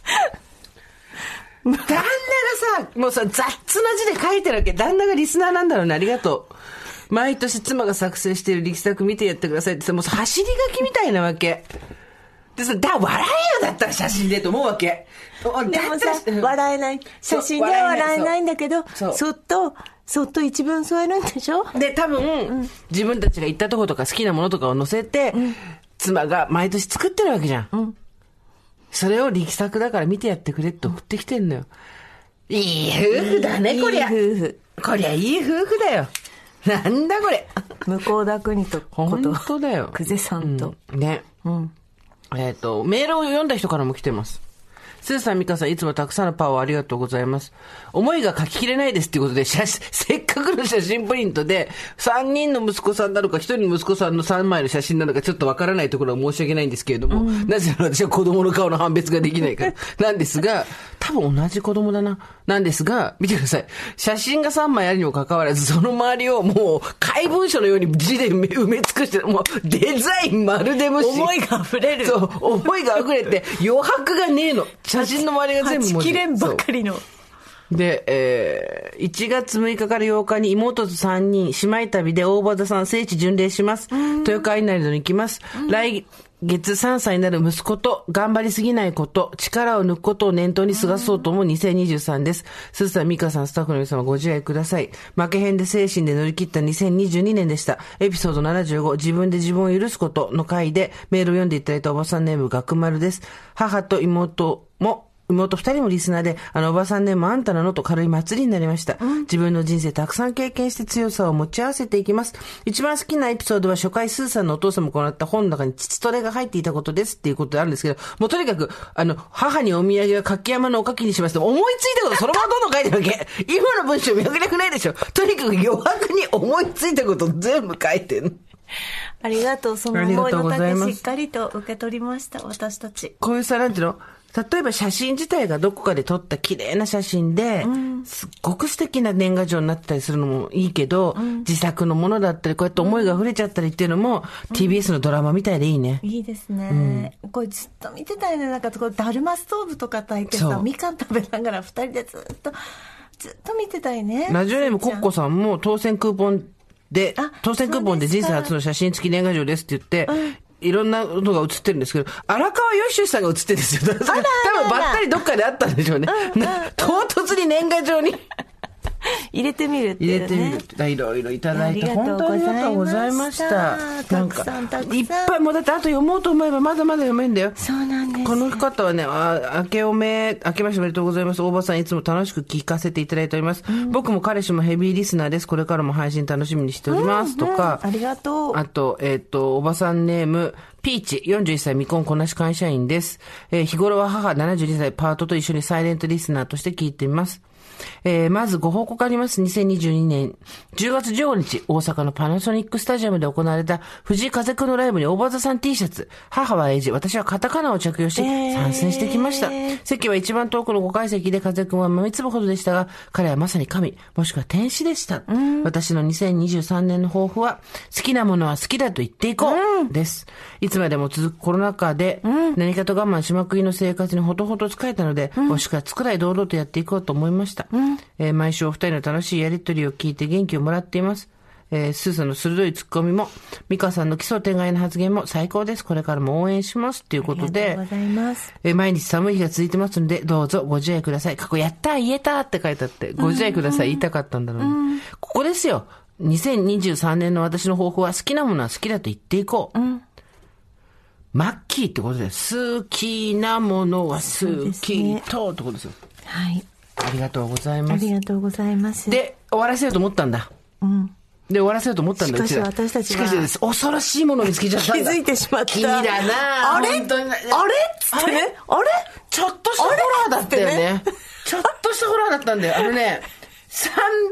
旦那がさ、もうさ、雑な字で書いてるわけ。旦那がリスナーなんだろうね。ありがとう。毎年妻が作成している力作見てやってくださいってさ、もう走り書きみたいなわけ。でさ、だ、笑えよだったら写真でと思うわけ。 でもさ、笑えない。写真では笑えないんだけど、そっと、そっと一文添えるんでしょ。 で、多分、うん、自分たちが行ったとことか好きなものとかを載せて、うん、妻が毎年作ってるわけじゃん。うん、それを力作だから見てやってくれって送ってきてんのよ。いい夫婦だね、こりゃ。いい夫婦。こりゃいい夫婦だよ。なんだこれ。 向田邦とこと。 本当だよ。 久世さんと。 うん、ね。うん。えっと、メールを読んだ人からも来てます。スーさん、ミカさん、いつもたくさんのパワーをありがとうございます。思いが書ききれないですっていうことで、写せっかくの写真プリントで、さんにんの息子さんなのか、ひとりの息子さんのさんまいの写真なのか、ちょっとわからないところは申し訳ないんですけれども、うん、なぜなら私は子供の顔の判別ができないから。なんですが、多分同じ子供だな。なんですが、見てください。写真がさんまいあるにもかかわらず、その周りをもう、怪文書のように字で埋め尽くして、もう、デザインまるで無視。 思いが溢れる。 そう、思いが溢れて、余白がねえの。写真の周りが全部文字。 はちきれんばかりの。 で、えー、いちがつむいかからようかに妹とさんにん、姉妹旅で大和田さん聖地巡礼します。豊川稲荷戸に行きます。来月さんさいになる息子と頑張りすぎないこと、力を抜くことを念頭に過ごそうと思うにせんにじゅうさんです。すずさん、ミカさん、スタッフの皆様ご自愛ください。負けへんで精神で乗り切ったにせんにじゅうにねんでした。エピソードななじゅうご、自分で自分を許すことの回でメールを読んでいただいたおばさんネーム、学丸です。母と妹も、妹二人もリスナーで、あのおばさんね、もあんたなのと軽い祭りになりました、うん。自分の人生たくさん経験して強さを持ち合わせていきます。一番好きなエピソードは初回スーさんのお父様が行った本の中に父トレが入っていたことですっていうことであるんですけど、もうとにかく、あの、母にお土産は柿山のおかきにしますと思いついたことそのままどんどん書いてるわけ。今の文章脈略ないでしょ。とにかく余白に思いついたこと全部書いてる。 ありがとう。その思いの丈しっかりと受け取りました、私たち。 こういうさ、なんていうの？例えば写真自体がどこかで撮った綺麗な写真で、うん、すっごく素敵な年賀状になってたりするのもいいけど、うん、自作のものだったり、こうやって思いが溢れちゃったりっていうのも、うん、ティービーエス のドラマみたいでいいね。 いいですね。うん、これずっと見てたよね。なんかこうダルマストーブとか炊いてさ、みかん食べながら二人でずっと、ずっと見てたいね。 ラジオネームコッコさんも当選クーポンで、当選クーポンで人生初の写真付き年賀状ですって言って、うんいろんなのが映ってるんですけど、荒川よしよしさんが映ってるんですよ。多分ばったりどっかであったんでしょうね。うんうんうん、唐突に年賀状に入れてみるっていうね。 入れてみる。いろいろいただいて本当にありがとうございました。なんかいっぱいもうだってあと読もうと思えばまだまだ読めんだよ。 そうなんです。 この方はね、あ、明けおめ、明けましておめでとうございます。大場さんいつも楽しく聞かせていただいております。うん、僕も彼氏もヘビーリスナーです。これからも配信楽しみにしております、うん、とか、 うん。ありがとう。 あとえっ、ー、とおばさんネーム。ピーチ、よんじゅういっさい未婚こなし会社員です。えー、日頃は母ななじゅうにさいパートと一緒にサイレントリスナーとして聞いています。えー、まずご報告あります。にせんにじゅうにねんじゅうがつじゅうごにち、大阪のパナソニックスタジアムで行われた藤井風くんのライブに大場さん T シャツ、母は英字、私はカタカナを着用し参戦してきました。えー、席は一番遠くのごかい席で風くんは豆粒ほどでしたが、彼はまさに神、もしくは天使でした。うん、私のにせんにじゅうさんねんの抱負は、好きなものは好きだと言っていこう、うん、です。いつまでも続くコロナ禍で、何かと我慢しまくりの生活にほとほと疲れたので、うん、もしくはつくらい堂々とやっていこうと思いました。うんえー、毎週お二人の楽しいやりとりを聞いて元気をもらっています。えー、スーさんの鋭いツッコミも、ミカさんの奇想天外な発言も最高です。これからも応援します。ということで、 ありがとうございます。 えー、毎日寒い日が続いてますので、どうぞご自愛ください。過去やった言えたって書いてあって、ご自愛ください言いたかったんだろうね。うん、ここですよ。にせんにじゅうさんねんの私の抱負は好きなものは好きだと言っていこう。うんマッキーってことで、好きなものは好きとってことですよ。 はい。 ありがとうございます。ありがとうございます。 で、終わらせようと思ったんだ。うん。で、終わらせようと思ったんだ。 しかし私たちは。 しかし、恐ろしいものを見つけちゃったんだ。 気づいてしまった。 君だなあれ本当にあれっつってね。あれちょっとしたホラーだったよね。ちょっとしたホラーだったんだよ。あのね、さんび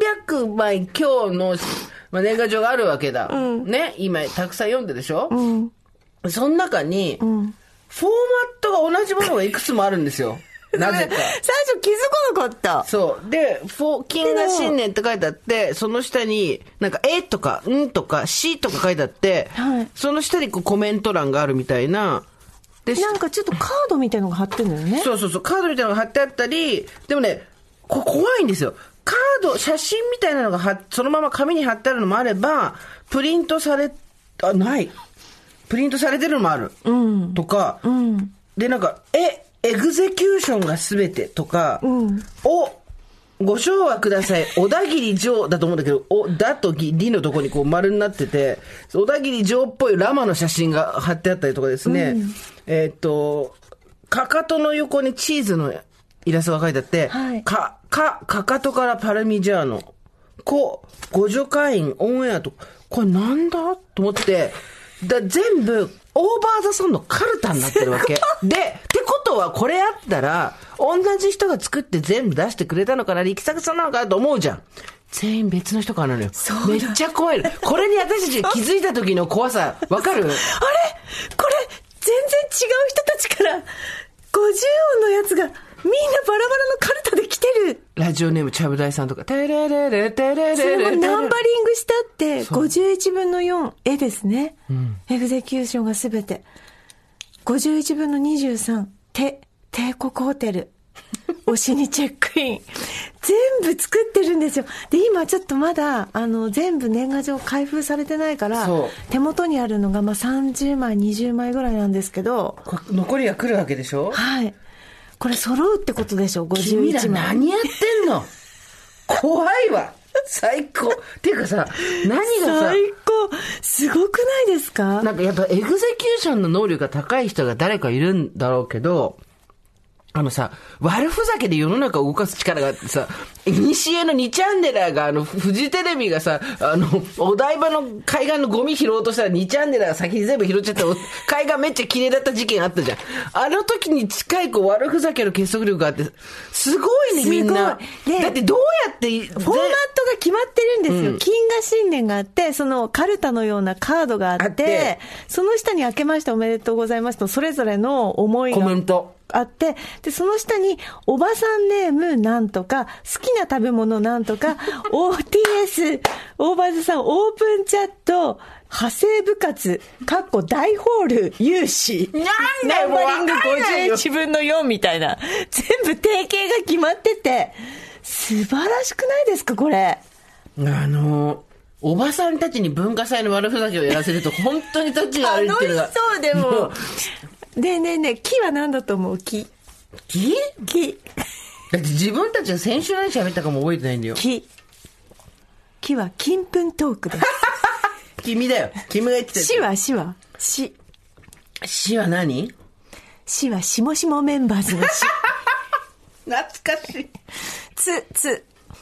ゃくまい今日の、まあ、年賀状があるわけだ。うん、ね。今、たくさん読んでるでしょ、うん、その中に、うん、フォーマットが同じものがいくつもあるんですよ。なぜか。 最初気づかなかった。 そう。で、フォー、金河新年って書いてあって、その下に、なんか、えとか、んとか、しとか書いてあって、はい、その下にこうコメント欄があるみたいな。 で、なんかちょっとカードみたいなのが貼ってるんだよね。 そうそうそう、カードみたいなのが貼ってあったり、でもね、こ怖いんですよ。カード、写真みたいなのがはそのまま紙に貼ってあるのもあれば、プリントされ、あ、ない。プリントされてるのもある。うん。とか、うん。で、なんか、え、エグゼキューションがすべてとか、うん、お、ご唱和ください。小田切城だと思うんだけど、お、だとぎ、りのとこにこう丸になってて、小田切城っぽいラマの写真が貼ってあったりとかですね、うん、えっと、かかとの横にチーズのイラストが書いてあって、はい、か、か、かかとからパルミジャーノ、こ、ご助会員オンエアと、これなんだと思って、だ全部、オーバーザソンのカルタになってるわけ。で、ってことはこれあったら、同じ人が作って全部出してくれたのかな、力作さんなのかなと思うじゃん。全員別の人からなのよ。めっちゃ怖い。これに私たちが気づいた時の怖さ、わかる？あれ？ これ、全然違う人たちから、ごじゅう音のやつが、みんなバラバラのカルタで来てる。 ラジオネームちゃぶ台さんとか、テレレレテレレレレレレ。ナンバリングしたって、ごじゅういちぶんのよん、絵ですね。うん、エグゼキューションがすべて。ごじゅういちぶんのにじゅうさん、て、帝国ホテル。推しにチェックイン。全部作ってるんですよ。で、今ちょっとまだ、あの、全部年賀状開封されてないから、手元にあるのが、まあ、さんじゅうまい、にじゅうまいぐらいなんですけど。 残りが来るわけでしょ？ はい。これ揃うってことでしょ？ごじゅういちまい。 君ら何やってんの？怖いわ。最高。っていうかさ、何がさ、 最高。すごくないですか？ なんかやっぱエグゼキューションの能力が高い人が誰かいるんだろうけど、あのさ、悪ふざけで世の中を動かす力があってさ、いにしえのにチャンネラーが、あの、フジテレビがさ、あの、お台場の海岸のゴミ拾おうとしたらにチャンネラーが先に全部拾っちゃった、海岸めっちゃ綺麗だった事件あったじゃん。あの時に近いこう悪ふざけの結束力があって、すごいね、みんな。だってどうやって、フォーマットが決まってるんですよ。うん、金河新年があって、そのカルタのようなカードがあって、あってその下に明けましておめでとうございますと、それぞれの思いが。 コメント。 あって、で、その下に、おばさんネームなんとか、好きな食べ物なんとか、オーティーエス、オーバーズさん、オープンチャット、派生部活、かっこ大ホール、有志。 なんだよ、 ナンバリングごじゅういちぶんのよんみたいな。全部定型が決まってて、素晴らしくないですか、これ。 あの、おばさんたちに文化祭の悪ふざけをやらせると、本当に立ちが悪いっていうのが。 楽しそうでも。ねえねえねえ、木は何だと思う？木。 木？ 木。 だって自分たちが先週何喋ったかも覚えてないんだよ。 木。木は金粉トークです。 君だよ。君が言ってた。 死は死は死。 死は何？ 死はしもしもメンバーズの死。 懐かしい。 つ、つ。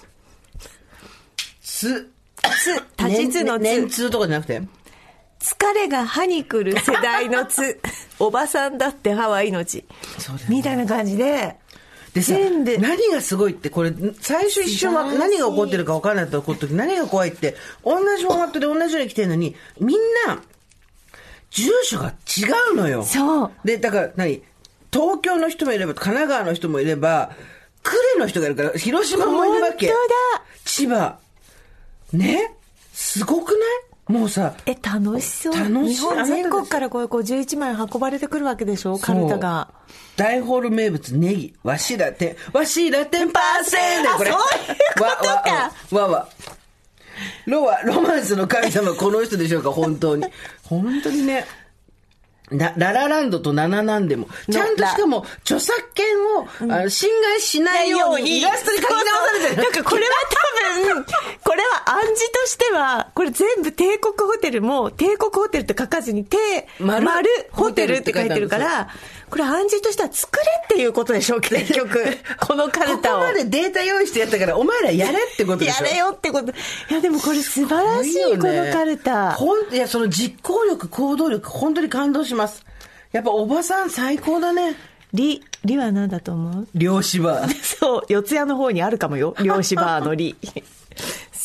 つ。 つ。立ちつのつ。 年通とかじゃなくて？ 疲れが歯に来る世代のつ。おばさんだって歯は命。そうだよね。みたいな感じで。 でさ、何がすごいって、これ、最初一瞬は何が起こってるか分からないと起こった時、何が怖いって、同じフォーマットで同じように来てるのに、みんな、住所が違うのよ。 そう。 で、だから何、東京の人もいれば、神奈川の人もいれば、呉の人がいるから、広島もいるわけ。 本当だ。 千葉。ね？すごくない？もうさ、 え、楽しそう。 楽しい。 日本全国からこうごじゅういちまい運ばれてくるわけでしょ、カルタが。 大ホール名物ネギ、わしらてん、わしらてんパーセンだよ、これ。 そういうことか。 わ、わ、わ。ロは、ロマンスの神様、この人でしょうか、本当に。本当にね。ラララランドとナナナンでも、ちゃんとしかも、著作権を、うん、あの侵害しないように、イラストに書き直されてる。 なんかこれは多分、これは暗示としては、これ全部帝国ホテルも、帝国ホテルって書かずに、帝、丸、ホテルって書いてるから、これ暗示としては作れっていうことでしょう、結局。このカルタを。 ここまでデータ用意してやったから、お前らやれってことでしょ。 やれよってこと。いや、でもこれ素晴らしい、ね、このカルタ。 ほん、いや、その実行力、行動力、本当に感動します。やっぱおばさん最高だね。 リ、リは何だと思う？ 漁師バー。 そう、四谷の方にあるかもよ。漁師バーのリ。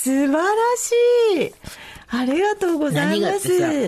素晴らしい。ありがとうございます。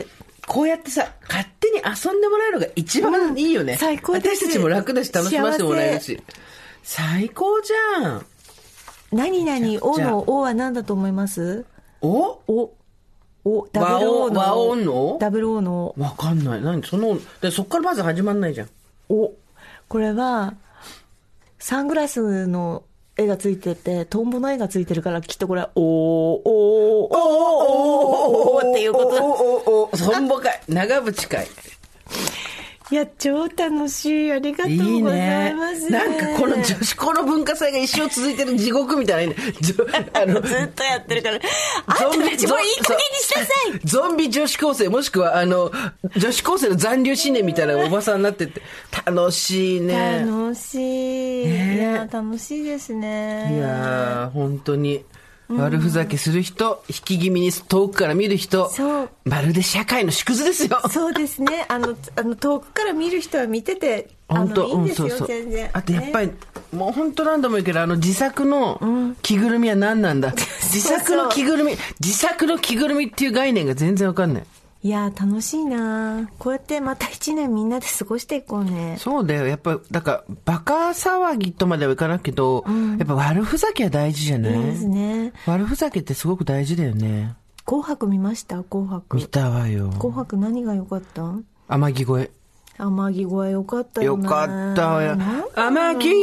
こうやってさ、勝手に遊んでもらえるのが一番いいよね。うん、 最高です。 私たちも楽だし、楽しませてもらえるし。最高じゃん。 何々、おのおは何だと思います？ おおお、ダブルオーの。 和音のダブルオーの。 わかんない。何その、で、そっからまず始まんないじゃん。 お、これは、サングラスの絵がついてて、トンボの絵がついてるから、きっとこれは、おー、おー、おー、おー、おー、っていうことだ。 おー、おー、おー、トンボかい。長渕かい。 いや、超楽しい。ありがとうございます。いいね。 なんかこの女子校の文化祭が一生続いてる地獄みたいな、ね、 あのずっとやってるから。あんたたちもいい加減にしなさい。 ゾンビ女子高生、もしくはあの、女子高生の残留思念みたいなおばさんになってて、楽しいね。 楽しい。ね、いや、楽しいですね。 いやー、本当に。悪ふざけする人、引き気味に遠くから見る人、そう、まるで社会の縮図ですよ。 そうですね。あの、あの遠くから見る人は見てて、本当、いいんですよ、うん、そうそう、全然。 あとやっぱり、ね、もう本当何度も言うけど、あの自作の着ぐるみは何なんだ。うん、自作の着ぐるみ、自作の着ぐるみっていう概念が全然わかんない。 いや楽しいな。こうやってまた一年みんなで過ごしていこうね。 そうだよ。やっぱだからバカ騒ぎとまではいかないけど、うん、やっぱ悪ふざけは大事じゃない？ いいですね。 悪ふざけってすごく大事だよね。 紅白見ました？紅白見たわよ。 紅白何が良かった？ 天城越え。 天城越え良かったよね。 良かったわよ。天城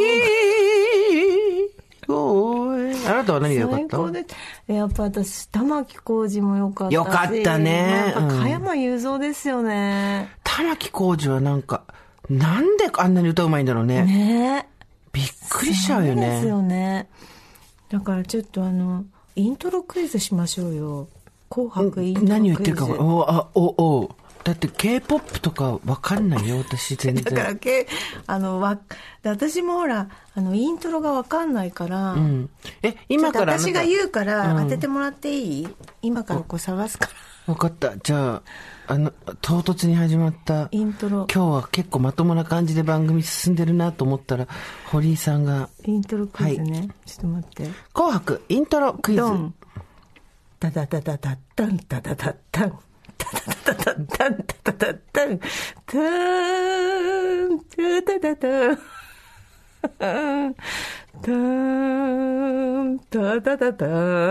あなたは何が良かった？最高で、 やっぱ私玉置浩二も良かったし。 良かったね。 なんか加山雄三ですよね。 うん、玉置浩二はなんかなんであんなに歌うまいんだろうね。 ね。 びっくりしちゃうよね。 そうですよね。だからちょっとあのイントロクイズしましょうよ。紅白イントロクイズ。 何言ってるかおあおお。だって K-ポップ とかわかんないよ私全然。 だから、K、あのわ私もほらあのイントロがわかんないから、うん、 え今から私が言うから当ててもらっていい？うん、今からこう探すから。 わかった。じゃああの唐突に始まったイントロ。 今日は結構まともな感じで番組進んでるなと思ったら堀井さんがイントロクイズね、はい、ちょっと待って。 紅白イントロクイズ。ドンタタタタタッタンタタタッタンタタタタタンタタタタンタンタタタタンタンタタタタンタタタタンタタタタ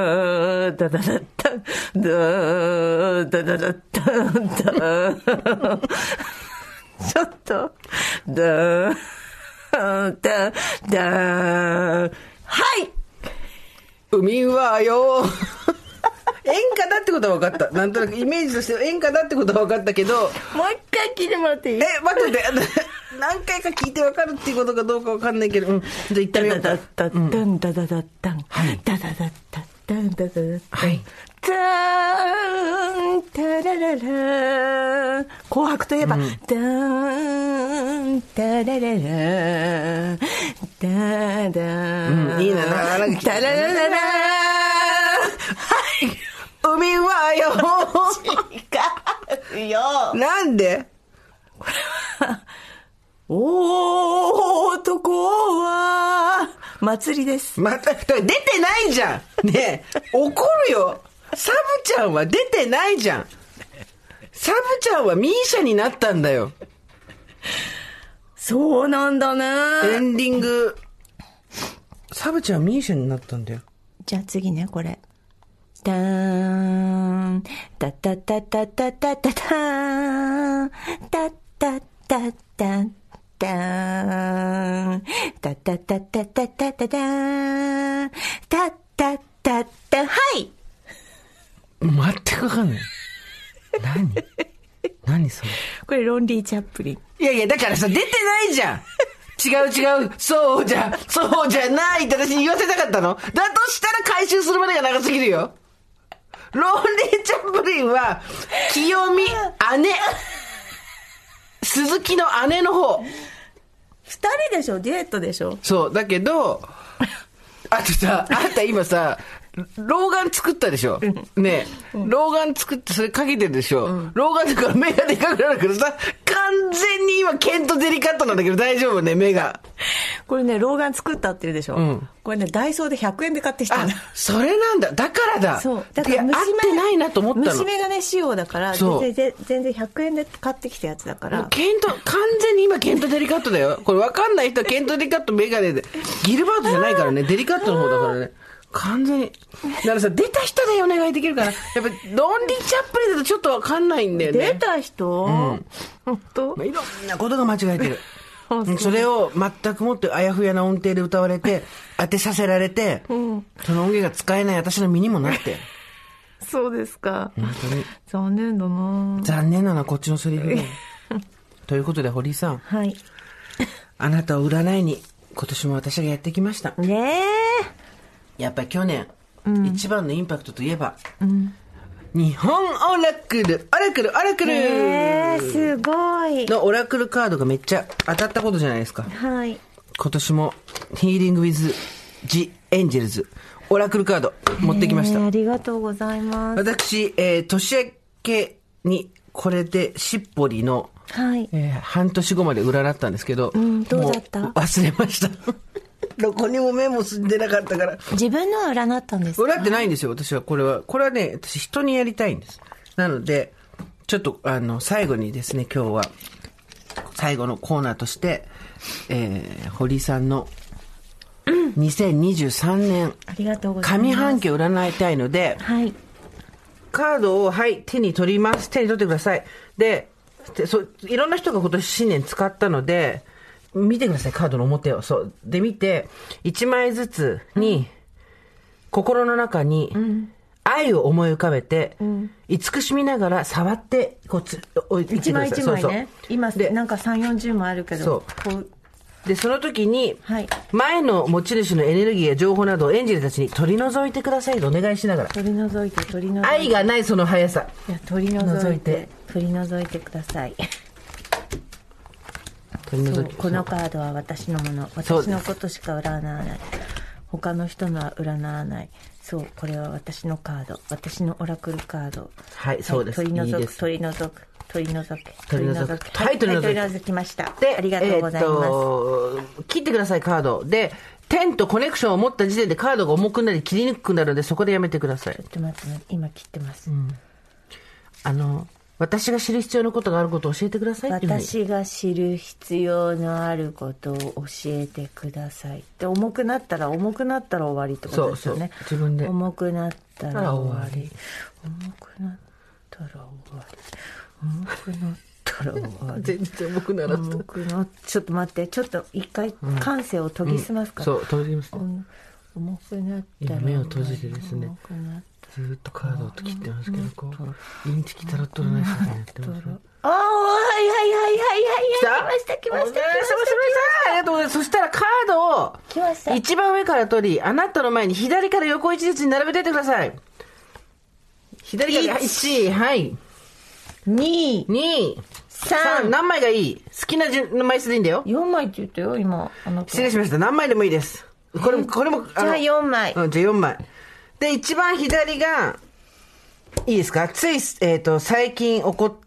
ンタンちょっとダンダンダン。はい海はよ演歌だってことは分かった。なんとなくイメージとして演歌だってことは分かったけど、もう一回聞いてもらっていい？ え、待ってて何回か聞いて分かるっていうことかどうか分かんないけど、うん、じゃあ言ってみようか。 ダダダダダンダダダダン、はい、ダダダダダンダダダダン、はい、ダーンタラララー。紅白といえば、うん、ダーンタラララーダダーン、 うん、いいなな、なんかタララララー。 はい海はよ違うよ。 なんでこれはおー男は祭りです。 また出てないじゃんねえ怒るよ。サブちゃんは出てないじゃん。サブちゃんはミーシャになったんだよ。 そうなんだね。 エンディングサブちゃんはミーシャになったんだよ。 じゃあ次ね、これダーンタタタタタタタターンタタタタターンタタタタタタタターンタタタタ。はい全くわかんない何何それ。 これロンリー・チャップリン。 いやいやだからさ出てないじゃん。違う違うそうじゃそうじゃないって私に言わせたかったの。だとしたら回収するまでが長すぎるよ。ロンリー・チャップリンは清美姉鈴木の姉の方。 二人でしょ、デュエットでしょ。 そうだけどあとさあんた今さ老眼作ったでしょ、ねえ、うん、老眼作ってそれかけてるでしょ、うん、老眼だから目がでかくなるからさカ全に今ケントデリカットなんだけど大丈夫ね、目が。 これね、老眼作ったって言うでしょ、うん、これね、ダイソーでひゃくえんで買ってきたんだ。 あ、それなんだ。だからだ。 そう。だから虫目、合ってないなと思ったの。 虫目がね、仕様だから、全然、全然ひゃくえんで買ってきたやつだから。 ケント、完全に今ケントデリカットだよ。これ分かんない人はケントデリカットメガネで。ギルバートじゃないからね、デリカットの方だからね。完全に。だからさ、出た人でお願いできるから。やっぱロンリー・チャップリンだとちょっと分かんないんだよね。 出た人、うん、本当、 まあ、いろんなことが間違えてる。それを全くもってあやふやな音程で歌われて、当てさせられて、うん、その音源が使えない私の身にもなって。 そうですか。 本当に。 残念だな。 残念なのはこっちのセリフだ。ということで、堀井さん。 はい。 あなたを占いに、今年も私がやってきました。 ねえ。 やっぱり去年、うん、一番のインパクトといえば、 うん、 日本オラクル、オラクル、オラクル、 えー、すごいのオラクルカードがめっちゃ当たったことじゃないですか。 はい。 今年もヒーリングウィズジエンジェルズオラクルカード持ってきました。 ありがとうございます。 私、えー、年明けにこれでしっぽりの、 はいえー、半年後まで占ったんですけど、 うん、どうだった？ 忘れましたどこにも目も進んでなかったから。 自分のは占ったんですか？ 占ってないんですよ、私は。これはこれはね、私人にやりたいんです。なのでちょっとあの最後にですね、今日は最後のコーナーとして、えー、堀井さんのにせんにじゅうさんねん上半期を占いたいので、 はい、 カードを、はい、手に取ります。手に取ってください。で、そいろんな人が今年新年使ったので、見てください、カードの表を。そうで見て、いちまいずつに、うん、心の中に愛を思い浮かべて、うん、慈しみながら触ってこうつ置いてください。 一枚一枚ね。そうそう、今なんかさんじゅうよんじゅうまいあるけど、 そうこうでその時に、はい、前の持ち主のエネルギーや情報などをエンジェルたちに取り除いてくださいとお願いしながら。 取り除いて取り除いて。 愛がないその速さ。 いや取り除いて取り除いてください。取り除きこのカードは私のもの。私のことしか占わない。他の人のは占わない。そう、これは私のカード。私のオラクルカード。 はい、そうです。 取り除く、 いいです。 取り除く。取り除け取り除くはい、取り除きました。で、ありがとうございます、えー、 切ってください、カードで点とコネクションを持った時点でカードが重くなり切りにくくなるので、そこでやめてください。 ちょっと待って、今切ってます、うん、 あの私が知る必要なことがあることを教えてください。 私が知る必要のあることを教えてください。で、重くなったら重くなったら終わりってことですよね。 そうそう、自分で重くなったら終わり、重くなったら終わり、重くなったら終わり全然重くならず重くなちょっと待って、ちょっと一回感性を研ぎ澄ますから、 うんうん、そう研ぎます、ね、 重くなったら目を閉じてですね、ずーっとカードを切ってますけど、こうインチキタロットのないですね、やってますね。 ああ、はいはいはいはいはい、 来た？ 来ました来ました来ました。 ありがとうございます。そしたらカードを来ました一番上から取り、あなたの前に左から横一列に並べていってください。左からいち、はい。 に、 に、さん、何枚がいい？好きな順枚数でいいんだよ。 よんまいって言ったよ、今。あなた。 失礼しました。何枚でもいいです。これも、これも、 じゃあよんまい。 うん、じゃあよんまい。で、一番左が、いいですか？つい、えっと、最近起こった、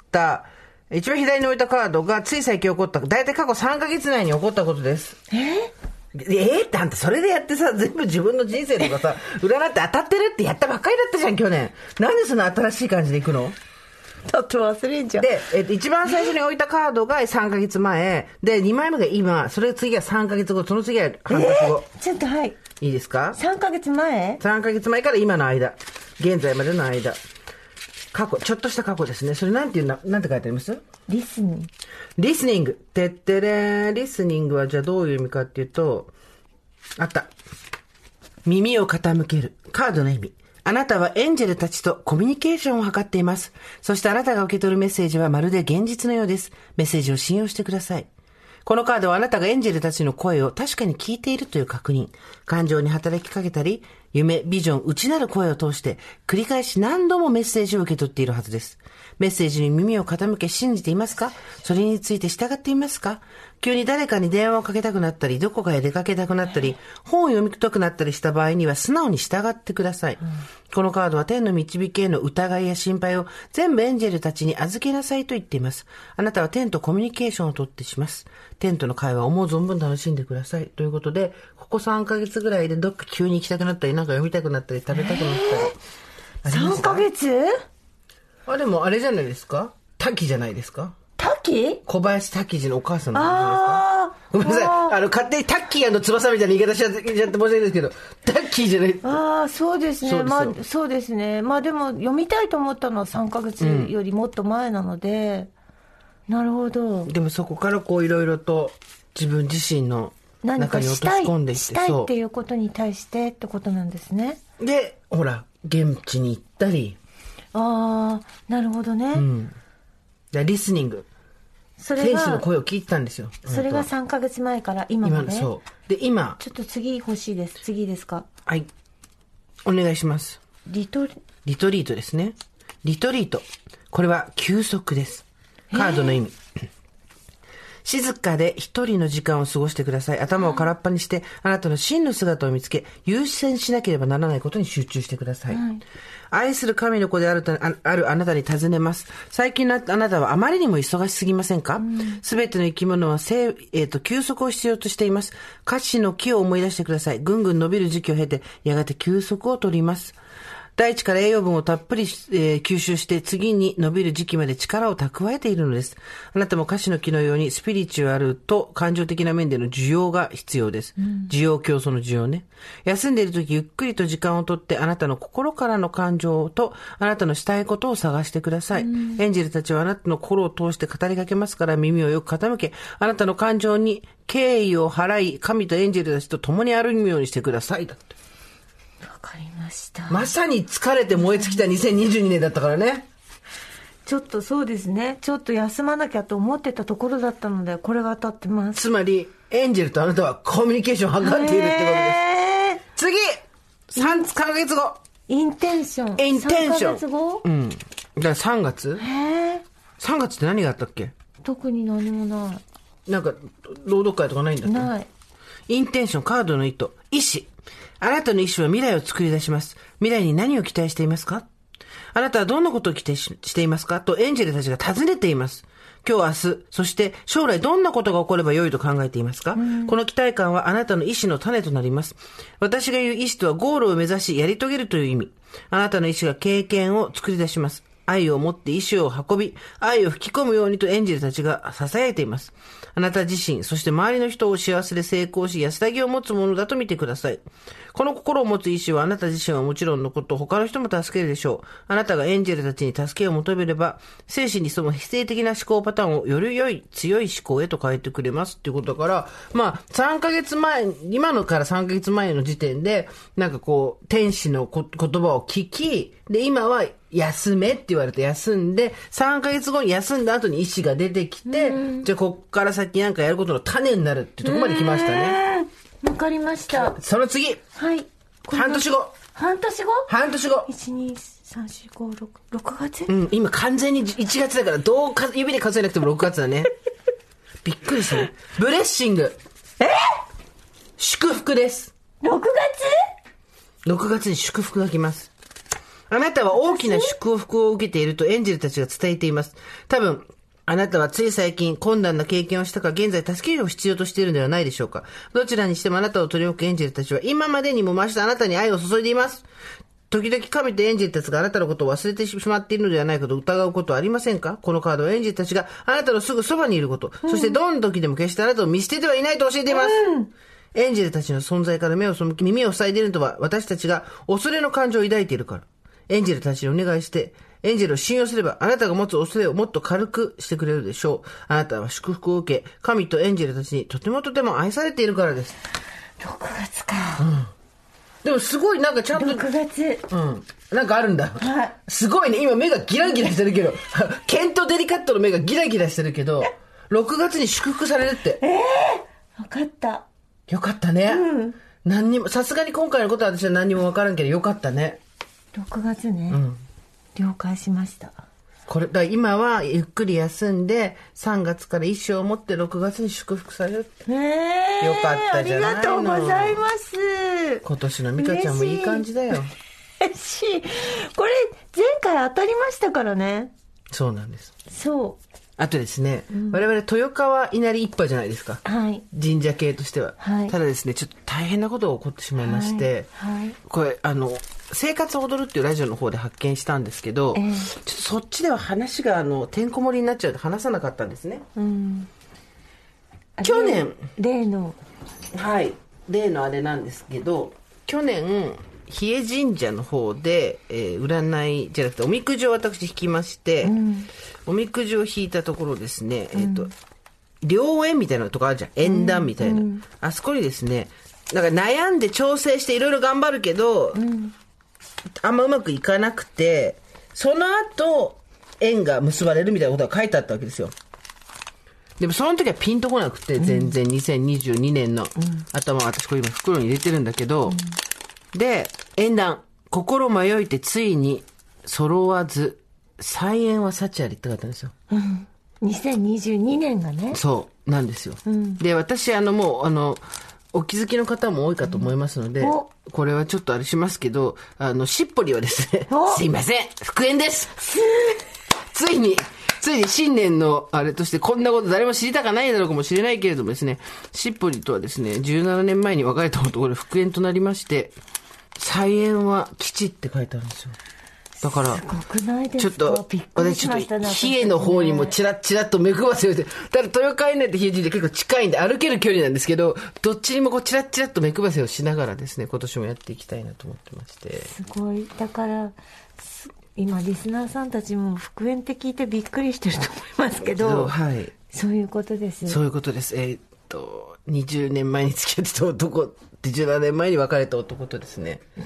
一番左に置いたカードが、つい最近起こった、だいたい過去さんかげつ内に起こったことです。 ええー、ってあんたそれでやってさ、全部自分の人生とかさ、占って当たってるってやったばっかりだったじゃん、去年。なんでその新しい感じでいくの？ だって忘れんじゃん。 で、えっと、一番最初に置いたカードがさんかげつまえ、で、にまいめが今、それ次はさんかげつご、その次は半年後。 えー、ちょっとはい。 いいですか？ さんかげつまえ ? さんかげつまえから今の間。現在までの間。過去、ちょっとした過去ですね。それなんていうな、なんて書いてあります？ リスニング。 リスニング。てってれー。リスニングはじゃあどういう意味かっていうと、あった。耳を傾ける。カードの意味。あなたはエンジェルたちとコミュニケーションを図っています。そしてあなたが受け取るメッセージはまるで現実のようです。メッセージを信用してください。このカードはあなたがエンジェルたちの声を確かに聞いているという確認。感情に働きかけたり、夢、ビジョン、内なる声を通して繰り返し何度もメッセージを受け取っているはずです。メッセージに耳を傾け信じていますか？それについて従っていますか？ 急に誰かに電話をかけたくなったり、どこかへ出かけたくなったり、本を読みたくなったりした場合には素直に従ってください。うん、このカードは天の導きへの疑いや心配を全部エンジェルたちに預けなさいと言っています。あなたは天とコミュニケーションをとってします。天との会話を思う存分楽しんでください。ということで、ここさんかげつぐらいでどっか急に行きたくなったり、なんか読みたくなったり、食べたくなったり。 さんかげつ？ あ、でもあれじゃないですか？滝じゃないですか？ 滝？ 小林滝次のお母さんなんじゃないですか？ごめんなさい。あの、勝手にタッキー翼みたいな言い方しちゃって申し訳ないですけど、タッキーじゃない。 ああ、そうですね。まあ、そうですね。まあでも、読みたいと思ったのはさんかげつよりもっと前なので、うん、なるほど。 でもそこからこういろいろと自分自身の中に落とし込んでいって、 したい、したいっていうことに対してってことなんですね。 で、ほら、現地に行ったり。 ああ、なるほどね。うん。 でリスニング。それが天使の声を聞いてたんですよ。 それがさんかげつまえから今まで。 今そうで今ちょっと次欲しいです。次ですか？ はい、お願いします。 リトリトリートですね。リトリート、これは休息です。カードの意味、静かで一人の時間を過ごしてください。頭を空っぽにしてあなたの真の姿を見つけ、優先しなければならないことに集中してください。はい、愛する神の子であると、あ、あるあなたに尋ねます。最近のあなたはあまりにも忙しすぎませんか？すべ、うん、ての生き物は生、えーと、休息を必要としています。カシの木を思い出してください。ぐんぐん伸びる時期を経て、やがて休息を取ります。大地から栄養分をたっぷり、えー、吸収して次に伸びる時期まで力を蓄えているのです。あなたもカシの木のようにスピリチュアルと感情的な面での需要が必要です。うん、需要競争の需要ね。休んでいる時ゆっくりと時間をとってあなたの心からの感情とあなたのしたいことを探してください。うん、エンジェルたちはあなたの心を通して語りかけますから耳をよく傾け、あなたの感情に敬意を払い、神とエンジェルたちと共に歩むようにしてください。だって。 わかりました。 まさに疲れて燃え尽きたにせんにじゅうにねんだったからね。 ちょっとそうですね。ちょっと休まなきゃと思ってたところだったので、これが当たってます。 つまり、エンジェルとあなたはコミュニケーションを図っているってことです。次 !さんかげつご。 インテンション。 インテンション。 さんかげつご？ うん。だからさんがつ？へー。さんがつって何があったっけ？ 特に何もない。 なんか、朗読会とかないんだっけ？ ない。 インテンション、カードの意図、意志。あなたの意志は未来を作り出します。未来に何を期待していますか？あなたはどんなことを期待 し, していますかとエンジェルたちが尋ねています。今日明日、そして将来どんなことが起これば良いと考えていますか？この期待感はあなたの意志の種となります。私が言う意志とはゴールを目指しやり遂げるという意味。あなたの意志が経験を作り出します。愛を持って意志を運び、愛を吹き込むようにとエンジェルたちが囁いています。あなた自身、そして周りの人を幸せで成功し、安らぎを持つものだと見てください。この心を持つ意志はあなた自身はもちろんのこと、他の人も助けるでしょう。あなたがエンジェルたちに助けを求めれば、精神に潜む否定的な思考パターンをより良い、強い思考へと変えてくれますっていうことだから、まあ、さんかげつまえ、今のからさんかげつまえの時点で、なんかこう、天使のこ言葉を聞き、で、今は、休めって言われて休んで、さんかげつごに休んだ後に意思が出てきて、じゃあこっから先なんかやることの種になるってとこまで来ましたね。 わかりました。 その次。 はい。 半年後。 半年後半年後。 いち、に、さん、よん、ご、ろく、ろくがつ？ うん、今完全にいちがつだから、どうか、指で数えなくてもろくがつだね。びっくりしたね。ブレッシング。 え祝福です。 ろくがつ？ ろくがつに祝福が来ます。あなたは大きな祝福を受けているとエンジェルたちが伝えています。多分、あなたはつい最近困難な経験をしたか現在助けを必要としているのではないでしょうか。どちらにしてもあなたを取り置くエンジェルたちは今までにも増してあなたに愛を注いでいます。時々神とエンジェルたちがあなたのことを忘れてしまっているのではないかと疑うことはありませんか？このカードはエンジェルたちがあなたのすぐそばにいること、うん、そしてどんな時でも決してあなたを見捨ててはいないと教えています。うんエンジェルたちの存在から目を背き耳を塞いでいるのは私たちが恐れの感情を抱いているから。エンジェルたちにお願いして、エンジェルを信用すれば、あなたが持つ恐れをもっと軽くしてくれるでしょう。あなたは祝福を受け、神とエンジェルたちにとてもとても愛されているからです。 ろくがつか。 うん。でもすごいなんかちゃんと。 ろくがつ。 うん。なんかあるんだ。 はい。 すごいね。今目がギラギラしてるけど、ケント・デリカットの目がギラギラしてるけど、ろくがつに祝福されるって。 ええー、わかった。 よかったね。 うん。 何にも、さすがに今回のことは私は何にもわからんけどよかったね。 ろくがつね。 うん。 了解しました。 これだ今はゆっくり休んでさんがつから衣装を持ってろくがつに祝福される。 へえ、 よかったじゃないの。 ありがとうございます。 今年の美香ちゃんもいい感じだよ。 嬉しい。これ前回当たりましたからね。 そうなんです。 そう。 あとですね、うん、我々豊川稲荷一派じゃないですか、 はい、 神社系としては、はい、ただですねちょっと大変なことが起こってしまいまして、はいはい、これあの生活を踊るっていうラジオの方で発見したんですけど、えー、ちょっとそっちでは話があのてんこ盛りになっちゃうと話さなかったんですね、うん、去年例のはい例のあれなんですけど、去年日枝神社の方で、えー、占いじゃなくておみくじを私引きまして、うん、おみくじを引いたところですね、うん、えっと良縁みたいなとこあるじゃん、縁談みたいな、うん、あそこにですねなんか悩んで調整していろいろ頑張るけど、うん、あんまうまくいかなくてその後縁が結ばれるみたいなことが書いてあったわけですよ。でもその時はピンとこなくて全然、うん、にせんにじゅうにねんの頭を私これ今袋に入れてるんだけど、うんで、縁談、心迷いてついに揃わず、再縁は幸ありって書いてあるんですよ。 うん。にせんにじゅうにねんがね。 そう、なんですよ。うん、で、私、あの、もう、あの、お気づきの方も多いかと思いますので、うん、これはちょっとあれしますけど、あの、しっぽりはですね、すいません、復縁ですついに、ついに新年のあれとしてこんなこと誰も知りたかないだろうかもしれないけれどもですね、しっぽりとはですね、じゅうななねんまえに別れた男で復縁となりまして、再縁は吉って書いてあるんですよ。だからすごくないですか。 ちょっと私ちょっと比叡の方にもチラッチラッと目配せをして、ただ豊川稲荷って比叡神社結構近いんで歩ける距離なんですけど、どっちにもこうチラッチラッと目配せをしながらですね、今年もやっていきたいなと思ってまして。 すごい。だから今リスナーさんたちも復縁って聞いてびっくりしてると思いますけど、 はい、 そういうことです。 そういうことです。えー、っとにじゅうねんまえに付き合ってた男ってじゅうななねんまえに別れた男とですね、 うん、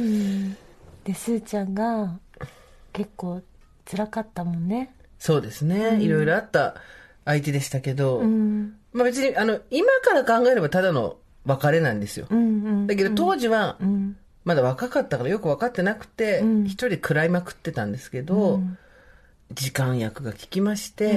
でスーちゃんが結構辛かったもんね。 そうですね、うん、いろいろあった相手でしたけど、うん、まあ、別にあの今から考えればただの別れなんですよ、うんうんうん、だけど当時はまだ若かったからよく分かってなくて、うん、一人で食らいまくってたんですけど、うん、時間薬が効きまして、うん、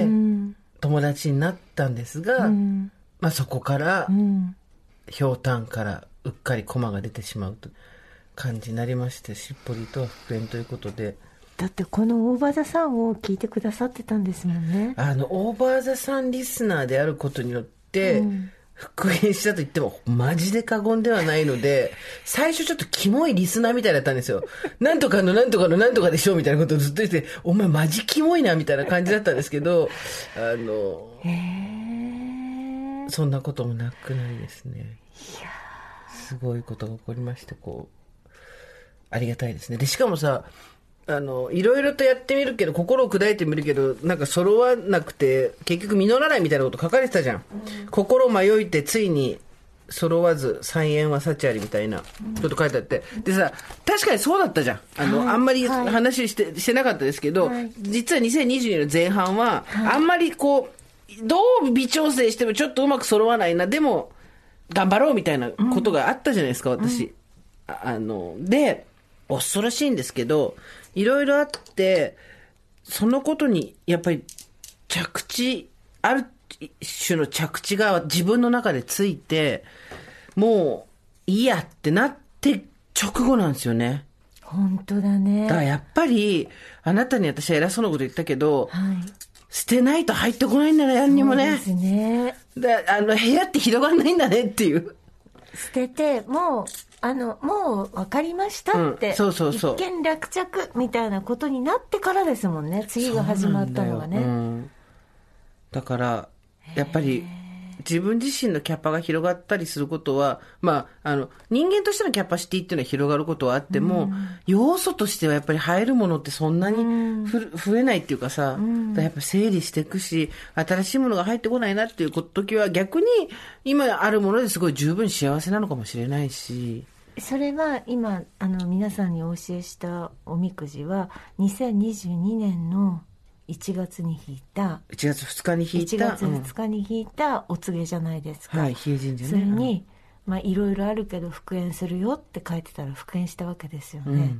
友達になったんですが、うん、まあ、そこから、うん、ひょうたんからうっかり駒が出てしまうという感じになりまして、しっぽりと復縁ということで。 だってこのオーバーザさんを聞いてくださってたんですもんね。 あのオーバーザさんリスナーであることによって、うん、復縁したと言ってもマジで過言ではないので、最初ちょっとキモいリスナーみたいだったんですよ。なんとかのなんとかのなんとかでしょみたいなことをずっと言って、お前マジキモいなみたいな感じだったんですけど、あのへー、そんなこともなくないですね。いやすごいことが起こりまして、こうありがたいですね。でしかもさ、あのいろいろとやってみるけど心を砕いてみるけどなんか揃わなくて結局実らないみたいなこと書かれてたじゃん、うん、心迷いてついに揃わず再縁は幸ありみたいなこと書いてあって、でさ確かにそうだったじゃん。あの、はい、あんまり話して、はい、してなかったですけど、はい、実はにせんにじゅうにねんの前半は、はい、あんまりこうどう微調整してもちょっとうまく揃わないな、でも頑張ろうみたいなことがあったじゃないですか、うん、私、うん、あ, あので恐ろしいんですけど、いろいろあってそのことにやっぱり着地ある種の着地が自分の中でついて、もういいやってなって直後なんですよね。 本当だね。 だからやっぱりあなたに私は偉そうなこと言ったけど、はい、捨てないと入ってこないんだね、何にもね。 そうですね。 だあの部屋って広がんないんだねっていう。 捨ててもうあのもう分かりましたって、うん、そうそうそう、一見落着みたいなことになってからですもんね、次が始まったのがね。 だ,、うん、だからやっぱり自分自身のキャパが広がったりすることは、まあ、あの人間としてのキャパシティっていうのは広がることはあっても、うん、要素としてはやっぱり入るものってそんなに、うん、増えないっていうかさ、うん、だやっぱ整理していくし、新しいものが入ってこないなっていう時は逆に今あるものですごい十分幸せなのかもしれないし、 それは今あの皆さんにお教えしたおみくじはにせんにじゅうにねんのいちがつに引いたいちがつふつかに引いたいちがつふつかに引いたお告げじゃないですか、 うん、はい、 比叡神社ね。 それに、まあ、いろいろあるけど復縁するよって書いてたら復縁したわけですよね、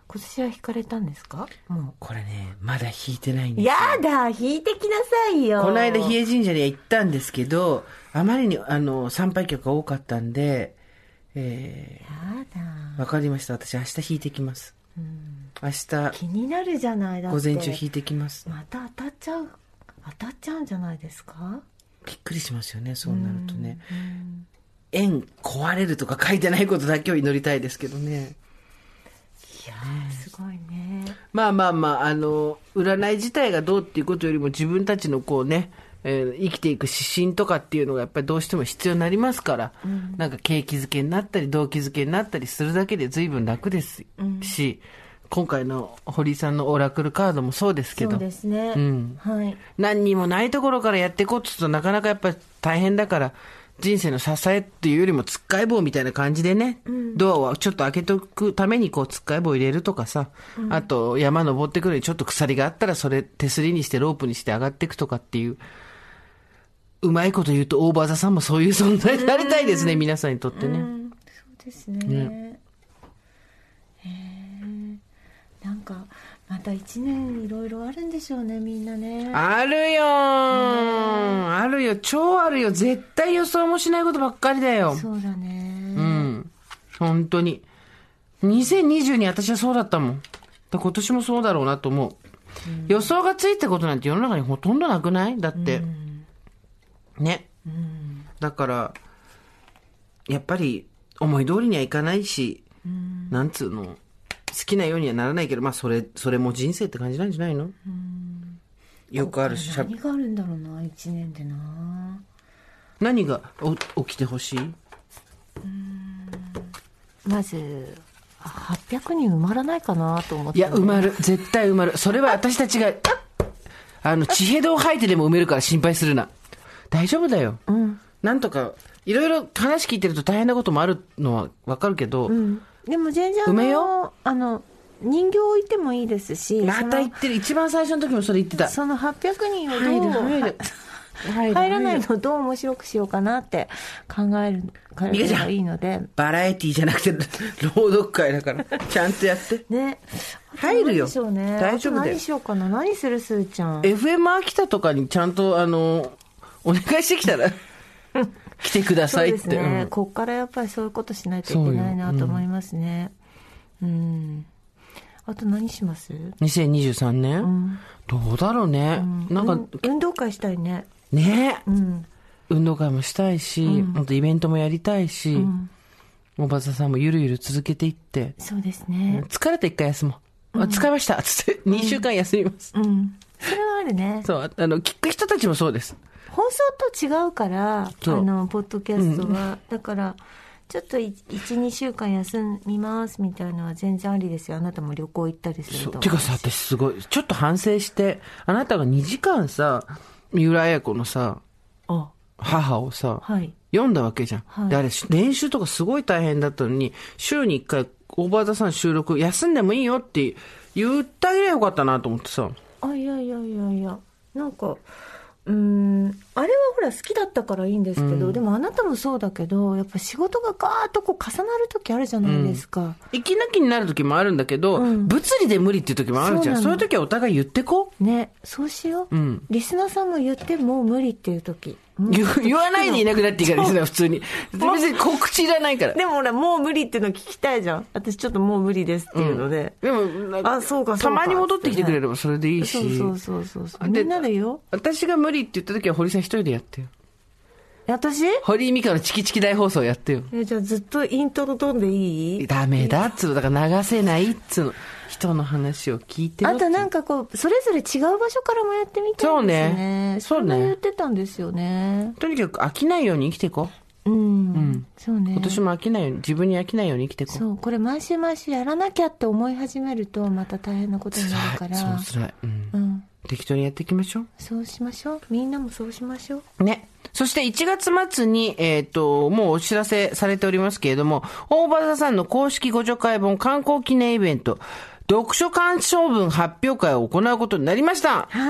今年は引かれたんですか？もうこれね、まだ引いてないんですよ。 やだ、引いてきなさいよ。 この間、比叡神社には行ったんですけど、あまりに、あの、参拝客が多かったんで、えー、やー、わかりました。私、明日引いてきます。うん、明日、 気になるじゃない。だって。 午前中引いてきます。 また当たっちゃう、当たっちゃうんじゃないですか？びっくりしますよね、そうなるとね。縁壊れるとか書いてないことだけを祈りたいですけどね。 いやー、すごいね。 まあまあまあ、あの、占い自体がどうっていうことよりも自分たちのこうね、えー、生きていく指針とかっていうのがやっぱりどうしても必要になりますから、うん、なんか景気づけになったり動機づけになったりするだけで随分楽ですし、うん、今回の堀井さんのオラクルカードもそうですけど、 そうですね、 うん、 はい、 何にもないところからやっていこうとするとなかなかやっぱり大変だから、人生の支えっていうよりもつっかい棒みたいな感じでね、うん、ドアをちょっと開けとくためにこうつっかい棒入れるとかさ、うん、あと山登ってくるにちょっと鎖があったらそれ手すりにしてロープにして上がっていくとかっていう、うまいこと言うとオーバーザさんもそういう存在でありたいですね、皆さんにとってね。 うん、そうですね。ね、へー、なんかまた一年いろいろあるんでしょうね、みんなね。 あるよー、あるよ、超あるよ。絶対予想もしないことばっかりだよ。 そうだね。 うん。本当に。にせんにじゅうに私はそうだったもん。だ今年もそうだろうなと思う。うん、予想がついたことなんて世の中にほとんどなくない？だって。うん、ね。うん、だから、やっぱり思い通りにはいかないし、うん、なんつうの。好きなようにはならないけど、まあそれそれも人生って感じなんじゃないの？うん、よくあるし、 何があるんだろうな、一年でな。 何がお起きてほしい？うーん、まずはっぴゃくにん埋まらないかなと思って、ね。 いや、埋まる、絶対埋まる。それは私たちがあの地平道を吐いてでも埋めるから心配するな。大丈夫だよ。うん、なんとかいろいろ話聞いてると大変なこともあるのはわかるけど。うん、 でも全然あの、あの人形置いてもいいですし、 また言ってる。一番最初の時もそれ言ってた。 そのはっぴゃくにんをどう入る入る入らないのをどう面白くしようかなって考えるからがいいので、 バラエティーじゃなくて朗読会だからちゃんとやってね。入るよ。 そうね、大丈夫だよ。何しようかな。何するすーちゃん。 エフエム 秋田とかにちゃんとあのお願いしてきたら来てくださいって。 そうですね、うん、こっからやっぱりそういうことしないといけないなと思いますね。うん、うん、あと何します？ にせんにじゅうさんねん、うん、どうだろうね、うん、なんか、うん、 運動会したいね。 ね、うん、運動会もしたいし、うん、あとイベントもやりたいし、うん、おばささんもゆるゆる続けていって。 そうですね。 疲れた一回休もう、うん、あ疲れましたつってにしゅうかん休みます、うんうん、 それはあるね。 そう、あの聞く人たちもそうです。 放送と違うからあのポッドキャストは、うん、だからちょっと いちにしゅうかん休みますみたいなのは全然ありですよ。あなたも旅行行ったりすると。 てかさ、私すごいちょっと反省して、あなたがにじかんさ三浦綾子のさあ母をさ、はい、読んだわけじゃん、はい、であれ練習とかすごい大変だったのに、週にいっかいオーバーザさん収録休んでもいいよって言ってあげればよかったなと思ってさ。 あ、いやいやいやいや、なんかうーん、あれはほら好きだったからいいんですけど、うん、でもあなたもそうだけど、やっぱ仕事がガーッとこう重なる時あるじゃないですか、うん、 息抜きになる時もあるんだけど、うん、物理で無理っていう時もあるじゃん。 そう、そういう時はお互い言ってこね。そうしよう、うん、リスナーさんも言ってもう無理っていう時言, 言わないでいなくなっていいからですね、普通に。別に告知いらないから。 でもほら、もう無理っていうの聞きたいじゃん。私ちょっともう無理ですっていうので。 うん、でも、あ、そうかそうか。たまに戻ってきてくれればそれでいいし。 そうそうそうそう。みんなでよ。 私が無理って言った時は堀さん一人でやってよ。 私？ 堀井美香のチキチキ大放送やってよ。 え、じゃあずっとイントロ飛んでいい？ ダメだっつうの。だから流せないっつうの。人の話を聞いてる。 あとなんかこうそれぞれ違う場所からもやってみたいですね。そうね。そうね。そんな言ってたんですよね。 とにかく飽きないように生きていこう。うん。うん。そうね。今年も飽きないように、自分に飽きないように生きていこう。 そう。これ毎週毎週やらなきゃって思い始めるとまた大変なことになるから。 そう辛い。うん。うん。適当にやっていきましょう。 そうしましょう。みんなもそうしましょう。ね。そしていちがつ末に、えっと、もうお知らせされておりますけれども、大場田さんの公式ご助会本観光記念イベント、読書感想文発表会を行うことになりました。 はい。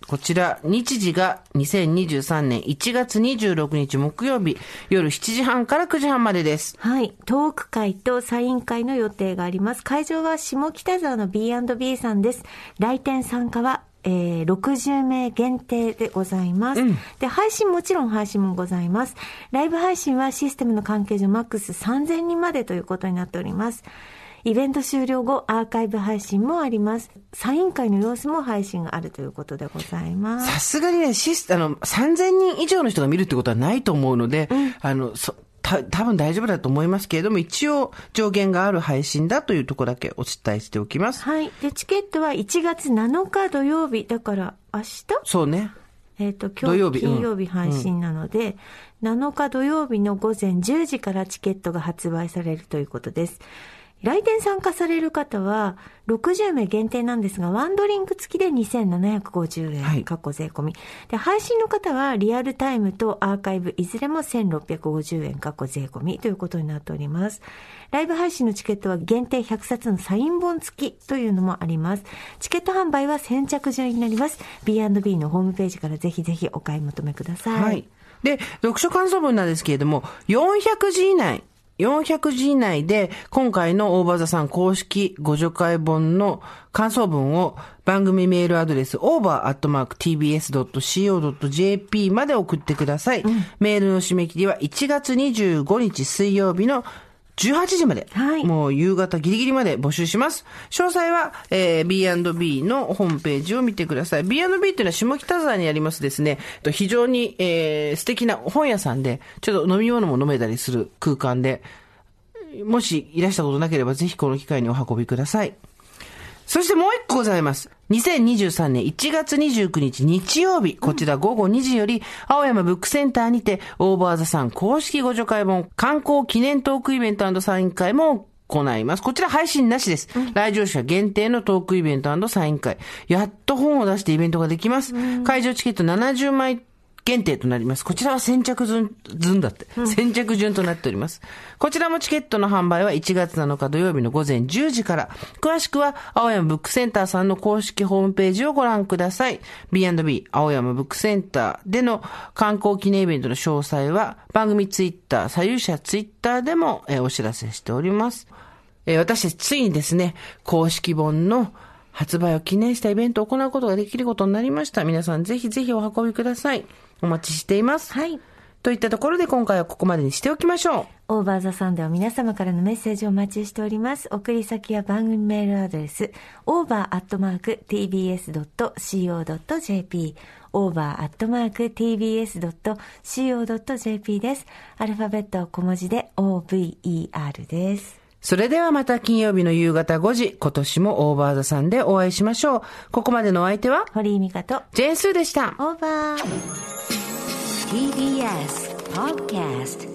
こちら、日時がにせんにじゅうさんねんいちがつにじゅうろくにち木曜日、夜しちじはんからくじはんまでです。 はい。トーク会とサイン会の予定があります。会場は下北沢の ビーアンドビー さんです。来店参加は、えー、ろくじゅうめい限定でございます、うん。で、配信もちろん配信もございます。ライブ配信はシステムの関係上マックスさんぜんにんまでということになっております。イベント終了後、アーカイブ配信もあります。サイン会の様子も配信があるということでございます。 さすがにね、シス、あの、さんぜんにん以上の人が見るってことはないと思うので、うん、あの、そ、た、多分大丈夫だと思いますけれども、一応上限がある配信だというところだけお伝えしておきます。 はい。で、チケットはいちがつなのか土曜日、だから明日？ そうね。 えっと、今日金曜日配信なので、うんうん、なのか土曜日のごぜんじゅうじからチケットが発売されるということです。来店参加される方はろくじゅうめい限定なんですが、ワンドリンク付きでにせんななひゃくごじゅうえん、はい、過去税込みで、配信の方はリアルタイムとアーカイブいずれもせんろっぴゃくごじゅうえん過去税込みということになっております。ライブ配信のチケットは限定ひゃくさつのサイン本付きというのもあります。チケット販売は先着順になります。 ビーアンドビー のホームページからぜひぜひお買い求めください。 はい。で、読書感想文なんですけれども、よんひゃくじ以内よんひゃくじ以内で今回のオーバーザさん公式ご助会本の感想文を番組メールアドレス オーバーアットマークティービーエスドットシーオードットジェーピー まで送ってください、うん、メールの締め切りはいちがつにじゅうごにち水曜日のじゅうはちじまで、はい、もう夕方ギリギリまで募集します。詳細は、えー、ビーアンドビー のホームページを見てください。ビーアンドビー っていうのは下北沢にありますですね、非常に、えー、素敵な本屋さんで、ちょっと飲み物も飲めたりする空間で、もしいらしたことなければぜひこの機会にお運びください。そしてもう一個ございます。にせんにじゅうさんねんいちがつにじゅうくにち日曜日、こちらごごにじより青山ブックセンターにてオーバーザさん公式ご助会本観光記念トークイベント&サイン会も行います。こちら配信なしです。うん、来場者限定のトークイベント&サイン会。やっと本を出してイベントができます。うん、会場チケットななじゅうまい限定となります。こちらは先着順、順だって、うん。先着順となっております。こちらもチケットの販売はいちがつなのか土曜日のごぜんじゅうじから。詳しくは、青山ブックセンターさんの公式ホームページをご覧ください。ビーアンドビー 青山ブックセンターでの観光記念イベントの詳細は、番組ツイッター、左右者ツイッターでも、えー、お知らせしております。えー、私たちついにですね、公式本の発売を記念したイベントを行うことができることになりました。皆さんぜひぜひお運びください。お待ちしています。 はい。 といったところで今回はここまでにしておきましょう。オーバーザさんでは皆様からのメッセージをお待ちしております。送り先は番組メールアドレス オーバーアットマークティービーエスドットシーオードットジェーピー オーバーアットマークティービーエスドットシーオードットジェーピー です。アルファベット小文字で オーブイイーアール です。 それではまた金曜日の夕方ごじ、今年もオーバーザさんでお会いしましょう。ここまでのお相手は堀井美香とジェーンスーでした。 オーバー ティービーエス Podcast